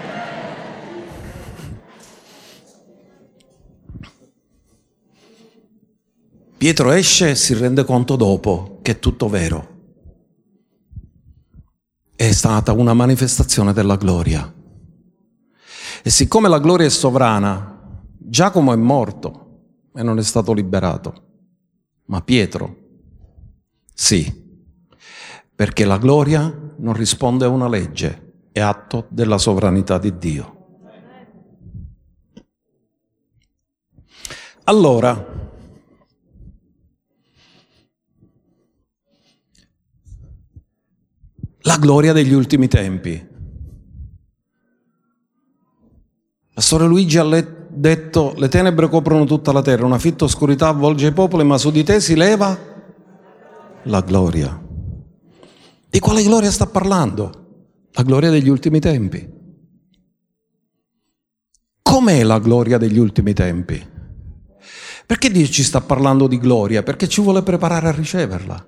Pietro esce e si rende conto dopo che è tutto vero. È stata una manifestazione della gloria. E siccome la gloria è sovrana, Giacomo è morto e non è stato liberato. Ma Pietro, sì, perché la gloria non risponde a una legge, è atto della sovranità di Dio. Allora, la gloria degli ultimi tempi. Pastore Luigi ha detto: le tenebre coprono tutta la terra, una fitta oscurità avvolge i popoli, ma su di te si leva la gloria. Di quale gloria sta parlando? La gloria degli ultimi tempi. Com'è la gloria degli ultimi tempi? Perché Dio ci sta parlando di gloria? Perché ci vuole preparare a riceverla.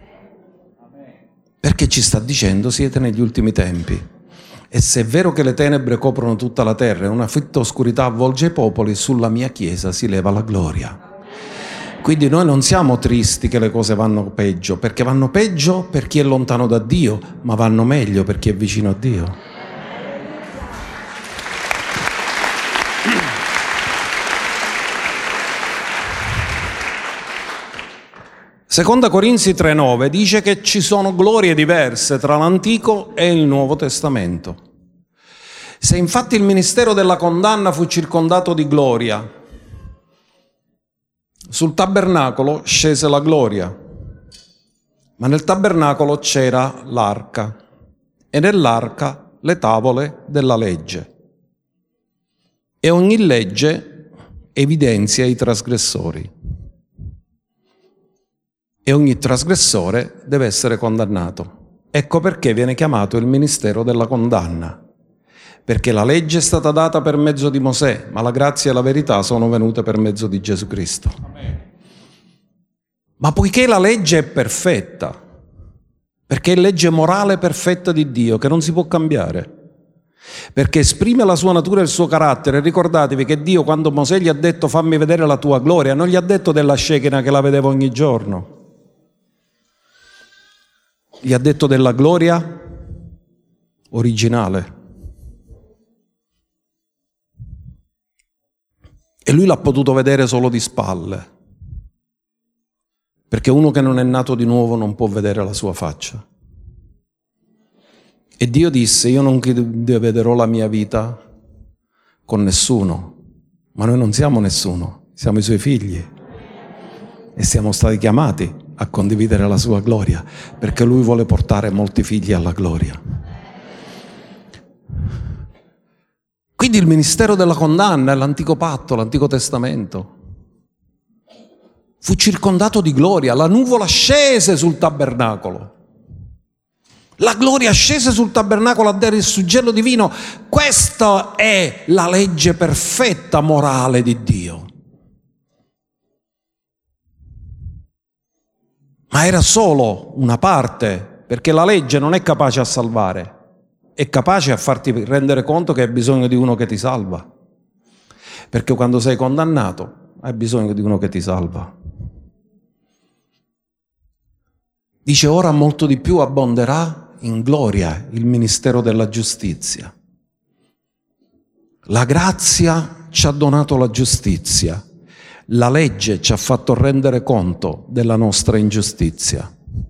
Perché ci sta dicendo siete negli ultimi tempi. E se è vero che le tenebre coprono tutta la terra e una fitta oscurità avvolge i popoli, sulla mia chiesa si leva la gloria. Quindi noi non siamo tristi che le cose vanno peggio, perché vanno peggio per chi è lontano da Dio, ma vanno meglio per chi è vicino a Dio. Seconda Corinzi 3,9 dice che ci sono glorie diverse tra l'Antico e il Nuovo Testamento. Se infatti il ministero della condanna fu circondato di gloria, sul tabernacolo scese la gloria, ma nel tabernacolo c'era l'arca e nell'arca le tavole della legge. E ogni legge evidenzia i trasgressori. E ogni trasgressore deve essere condannato. Ecco perché viene chiamato il ministero della condanna. Perché la legge è stata data per mezzo di Mosè, ma la grazia e la verità sono venute per mezzo di Gesù Cristo. Ma poiché la legge è perfetta, perché è legge morale perfetta di Dio, che non si può cambiare, perché esprime la sua natura e il suo carattere. Ricordatevi che Dio, quando Mosè gli ha detto fammi vedere la tua gloria, non gli ha detto della Shekinah che la vedeva ogni giorno. Gli ha detto della gloria originale. E lui l'ha potuto vedere solo di spalle, perché uno che non è nato di nuovo non può vedere la sua faccia. E Dio disse: io non vedrò la mia vita con nessuno, ma noi non siamo nessuno, siamo i suoi figli e siamo stati chiamati a condividere la sua gloria, perché lui vuole portare molti figli alla gloria. Quindi il ministero della condanna è l'antico patto, l'antico testamento. Fu circondato di gloria, la nuvola scese sul tabernacolo. La gloria scese sul tabernacolo a dare il suggello divino. Questa è la legge perfetta morale di Dio. Ma era solo una parte, perché la legge non è capace a salvare, è capace a farti rendere conto che hai bisogno di uno che ti salva. Perché quando sei condannato hai bisogno di uno che ti salva. Dice: ora molto di più abbonderà in gloria il ministero della giustizia. La grazia ci ha donato la giustizia, la legge ci ha fatto rendere conto della nostra ingiustizia.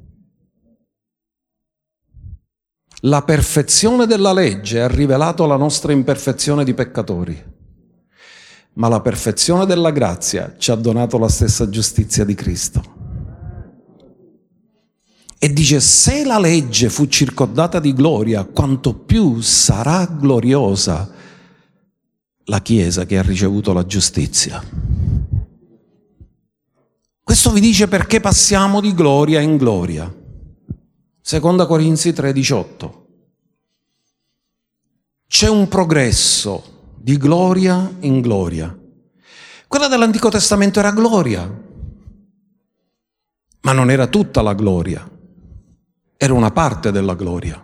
La perfezione della legge ha rivelato la nostra imperfezione di peccatori, ma la perfezione della grazia ci ha donato la stessa giustizia di Cristo. E dice: se la legge fu circondata di gloria, quanto più sarà gloriosa la Chiesa che ha ricevuto la giustizia. Questo vi dice perché passiamo di gloria in gloria. Seconda Corinzi 3,18. C'è un progresso di gloria in gloria. Quella dell'Antico Testamento era gloria, ma non era tutta la gloria. Era una parte della gloria.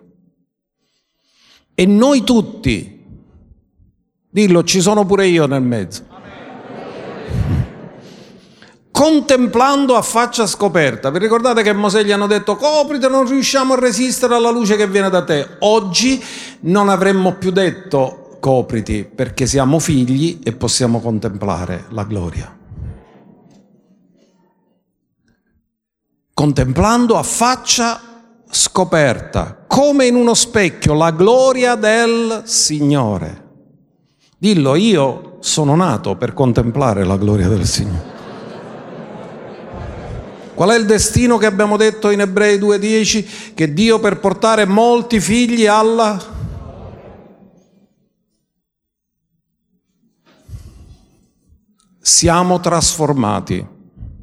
E noi tutti, dillo, ci sono pure io nel mezzo, contemplando a faccia scoperta. Vi ricordate che Mosè gli hanno detto: copriti, non riusciamo a resistere alla luce che viene da te. Oggi non avremmo più detto copriti, perché siamo figli e possiamo contemplare la gloria. Contemplando a faccia scoperta, come in uno specchio, la gloria del Signore. Dillo, io sono nato per contemplare la gloria del Signore. Qual è il destino che abbiamo detto in Ebrei 2,10? Che Dio, per portare molti figli alla... Siamo trasformati.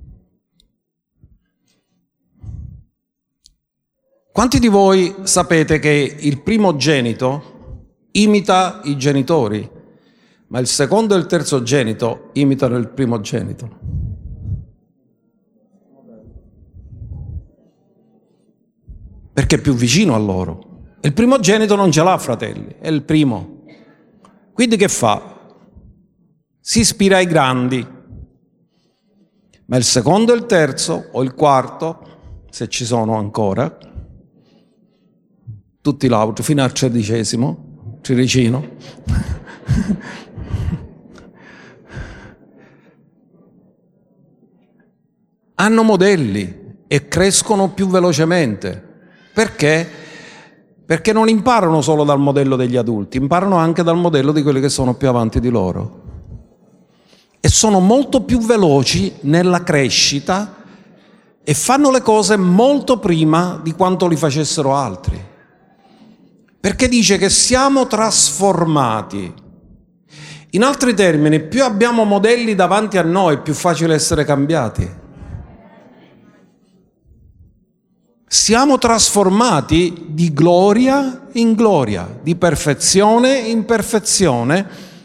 Quanti di voi sapete che il primogenito imita i genitori, ma il secondo e il terzogenito imitano il primogenito? Perché è più vicino a loro. Il primogenito non ce l'ha fratelli, è il primo. Quindi che fa? Si ispira ai grandi. Ma il secondo e il terzo, o il quarto, se ci sono ancora, tutti l'altro, fino al 13°, ciricino, hanno modelli e crescono più velocemente. Perché? Perché non imparano solo dal modello degli adulti, imparano anche dal modello di quelli che sono più avanti di loro. E sono molto più veloci nella crescita e fanno le cose molto prima di quanto li facessero altri. Perché dice che siamo trasformati. In altri termini, più abbiamo modelli davanti a noi, più facile essere cambiati. Siamo trasformati di gloria in gloria, di perfezione in perfezione,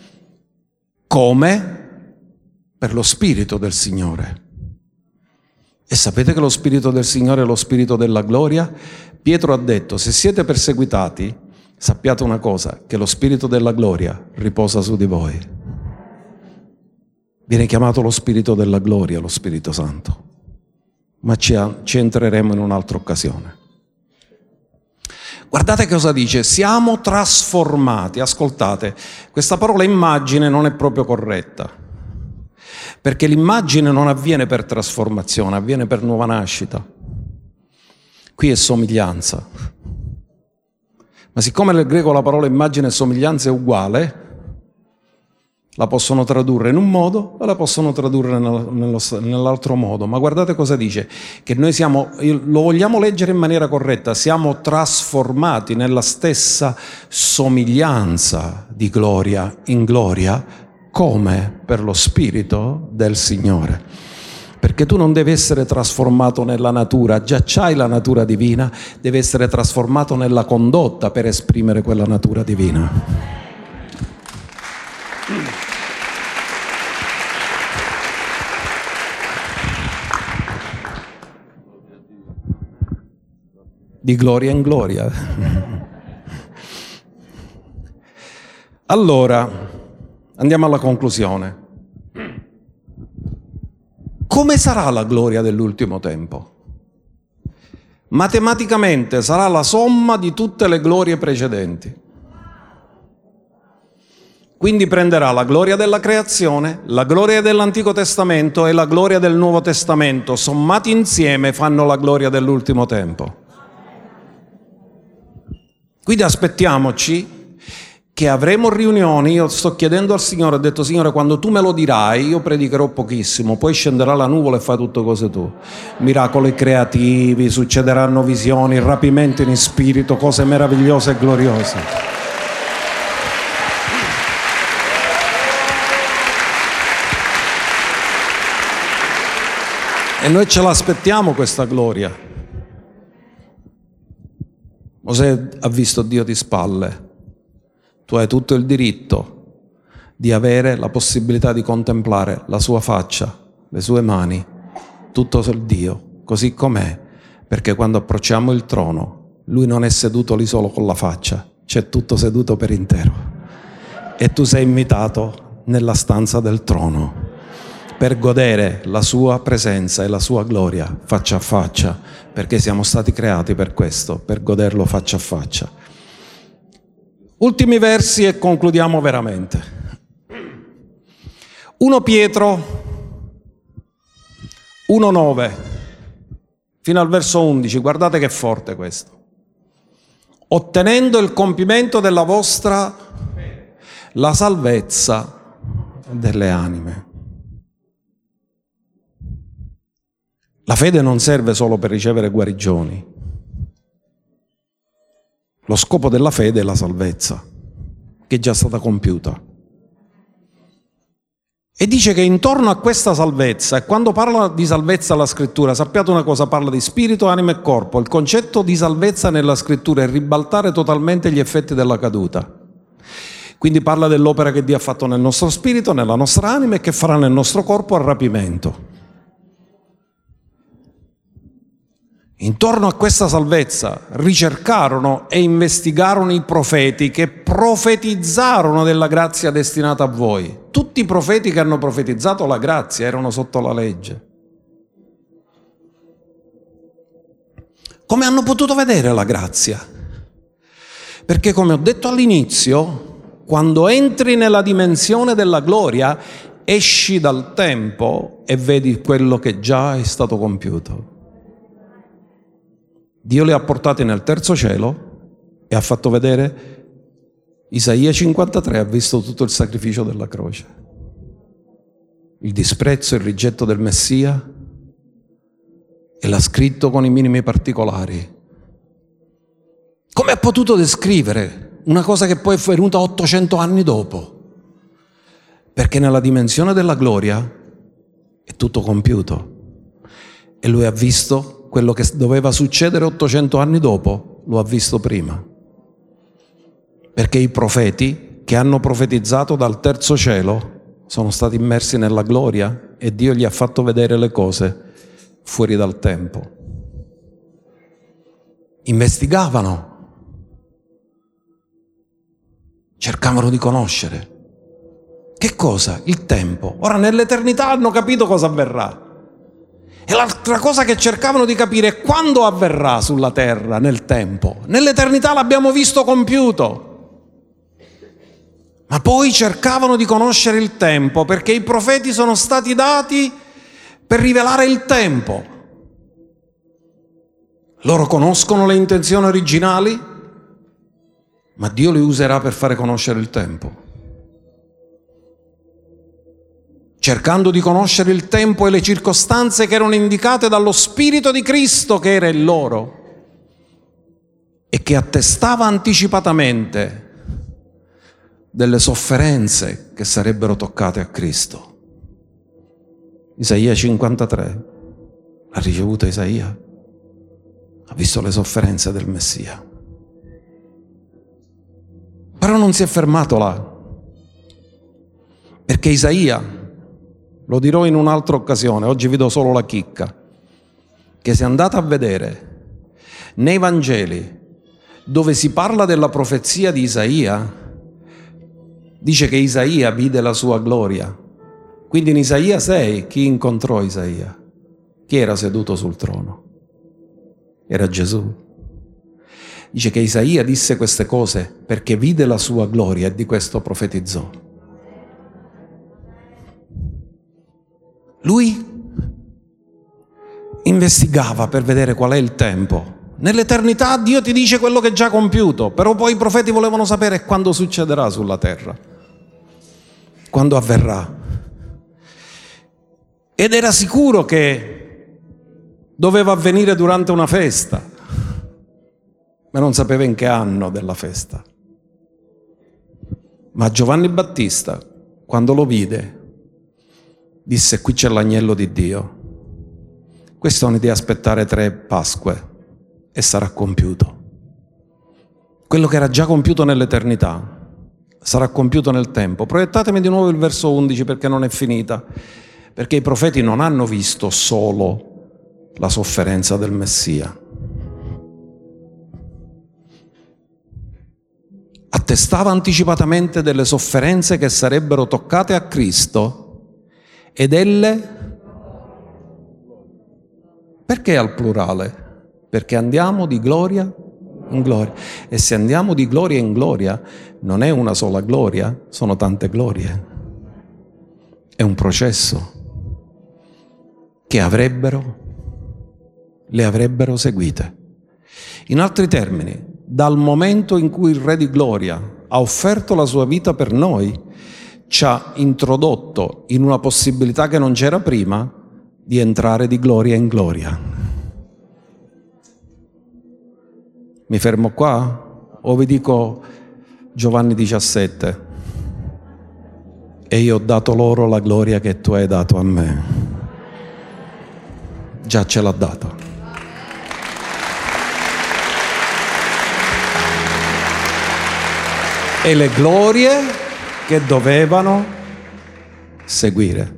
come per lo Spirito del Signore. E sapete che lo Spirito del Signore è lo Spirito della gloria? Pietro ha detto: se siete perseguitati, sappiate una cosa, che lo Spirito della gloria riposa su di voi. Viene chiamato lo Spirito della gloria, lo Spirito Santo. Ma ci entreremo in un'altra occasione. Guardate cosa dice: siamo trasformati. Ascoltate, questa parola immagine non è proprio corretta, perché l'immagine non avviene per trasformazione, avviene per nuova nascita. Qui è somiglianza. Ma siccome nel greco la parola immagine e somiglianza è uguale, la possono tradurre in un modo o la possono tradurre nell'altro modo. Ma guardate cosa dice, che noi lo vogliamo leggere in maniera corretta, siamo trasformati nella stessa somiglianza di gloria in gloria, come per lo Spirito del Signore. Perché tu non devi essere trasformato nella natura, già c'hai la natura divina, devi essere trasformato nella condotta per esprimere quella natura divina. Di gloria in gloria. Allora, andiamo alla conclusione. Come sarà la gloria dell'ultimo tempo? matematicamente sarà la somma di tutte le glorie precedenti. Quindi prenderà la gloria della creazione, la gloria dell'Antico Testamento e la gloria del Nuovo Testamento, sommati insieme fanno la gloria dell'ultimo tempo. Quindi aspettiamoci che avremo riunioni. Io sto chiedendo al Signore, ho detto: Signore, quando tu me lo dirai io predicherò pochissimo, poi scenderà la nuvola e fai tutte cose tu, miracoli creativi, succederanno visioni, rapimenti in spirito, cose meravigliose e gloriose. E noi ce l'aspettiamo questa gloria. Mosè ha visto Dio di spalle. Tu hai tutto il diritto di avere la possibilità di contemplare la sua faccia, le sue mani, tutto il Dio, così com'è, perché quando approcciamo il trono, Lui non è seduto lì solo con la faccia, c'è tutto seduto per intero. E tu sei invitato nella stanza del trono per godere la sua presenza e la sua gloria faccia a faccia, perché siamo stati creati per questo, per goderlo faccia a faccia. Ultimi versi e concludiamo veramente. 1 Pietro 1,9 fino al verso 11, guardate che forte questo. Ottenendo il compimento della vostra, la salvezza delle anime. La fede non serve solo per ricevere guarigioni. Lo scopo della fede è la salvezza, che è già stata compiuta. E dice che intorno a questa salvezza, e quando parla di salvezza la Scrittura, sappiate una cosa, parla di spirito, anima e corpo. Il concetto di salvezza nella Scrittura è ribaltare totalmente gli effetti della caduta. Quindi parla dell'opera che Dio ha fatto nel nostro spirito, nella nostra anima e che farà nel nostro corpo al rapimento. Intorno a questa salvezza ricercarono e investigarono i profeti che profetizzarono della grazia destinata a voi. Tutti i profeti che hanno profetizzato la grazia erano sotto la legge. Come hanno potuto vedere la grazia? Perché, come ho detto all'inizio, quando entri nella dimensione della gloria, esci dal tempo e vedi quello che già è stato compiuto. Dio li ha portati nel terzo cielo e ha fatto vedere, Isaia 53 ha visto tutto il sacrificio della croce, il disprezzo e il rigetto del Messia, e l'ha scritto con i minimi particolari. Come ha potuto descrivere una cosa che poi è venuta 800 anni dopo? Perché nella dimensione della gloria è tutto compiuto e lui ha visto quello che doveva succedere 800 anni dopo, lo ha visto prima. Perché i profeti che hanno profetizzato dal terzo cielo sono stati immersi nella gloria e Dio gli ha fatto vedere le cose fuori dal tempo. Investigavano, cercavano di conoscere. Che cosa? Il tempo. Ora nell'eternità hanno capito cosa avverrà. E l'altra cosa che cercavano di capire è quando avverrà sulla terra, nel tempo. Nell'eternità l'abbiamo visto compiuto. Ma poi cercavano di conoscere il tempo, perché i profeti sono stati dati per rivelare il tempo. Loro conoscono le intenzioni originali, ma Dio li userà per fare conoscere il tempo. Cercando di conoscere il tempo e le circostanze che erano indicate dallo Spirito di Cristo che era in loro e che attestava anticipatamente delle sofferenze che sarebbero toccate a Cristo. Isaia 53 l'ha ricevuta Isaia, ha visto le sofferenze del Messia. Però non si è fermato là, perché Isaia, lo dirò in un'altra occasione, oggi vi do solo la chicca, che se andate a vedere nei Vangeli dove si parla della profezia di Isaia, dice che Isaia vide la sua gloria. Quindi in Isaia 6 chi incontrò Isaia? Chi era seduto sul trono? Era Gesù. Dice che Isaia disse queste cose perché vide la sua gloria e di questo profetizzò. Lui investigava per vedere qual è il tempo. Nell'eternità Dio ti dice quello che è già compiuto, però poi i profeti volevano sapere quando succederà sulla terra, quando avverrà. Ed era sicuro che doveva avvenire durante una festa, ma non sapeva in che anno della festa. Ma Giovanni Battista, quando lo vide, disse: qui c'è l'agnello di Dio. Questo non è di aspettare 3 Pasque e sarà compiuto. Quello che era già compiuto nell'eternità sarà compiuto nel tempo. Proiettatemi di nuovo il verso 11 perché non è finita. Perché i profeti non hanno visto solo la sofferenza del Messia. Attestava anticipatamente delle sofferenze che sarebbero toccate a Cristo ed elle... Perché al plurale? Perché andiamo di gloria in gloria. E se andiamo di gloria in gloria, non è una sola gloria, sono tante glorie. È un processo che le avrebbero seguite. In altri termini, dal momento in cui il Re di Gloria ha offerto la sua vita per noi, ci ha introdotto in una possibilità che non c'era prima di entrare di gloria in gloria. Mi fermo qua o vi dico Giovanni 17? E io ho dato loro la gloria che tu hai dato a me. Già ce l'ha dato. E le glorie che dovevano seguire.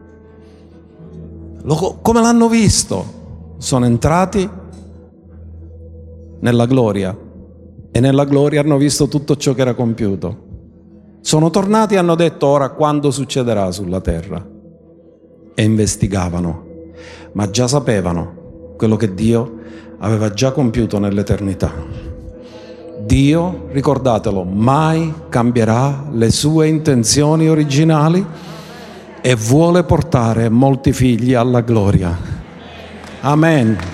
Come l'hanno visto? Sono entrati nella gloria e nella gloria hanno visto tutto ciò che era compiuto. Sono tornati e hanno detto: ora quando succederà sulla terra? E investigavano, ma già sapevano quello che Dio aveva già compiuto nell'eternità. Dio, ricordatelo, mai cambierà le sue intenzioni originali e vuole portare molti figli alla gloria. Amen.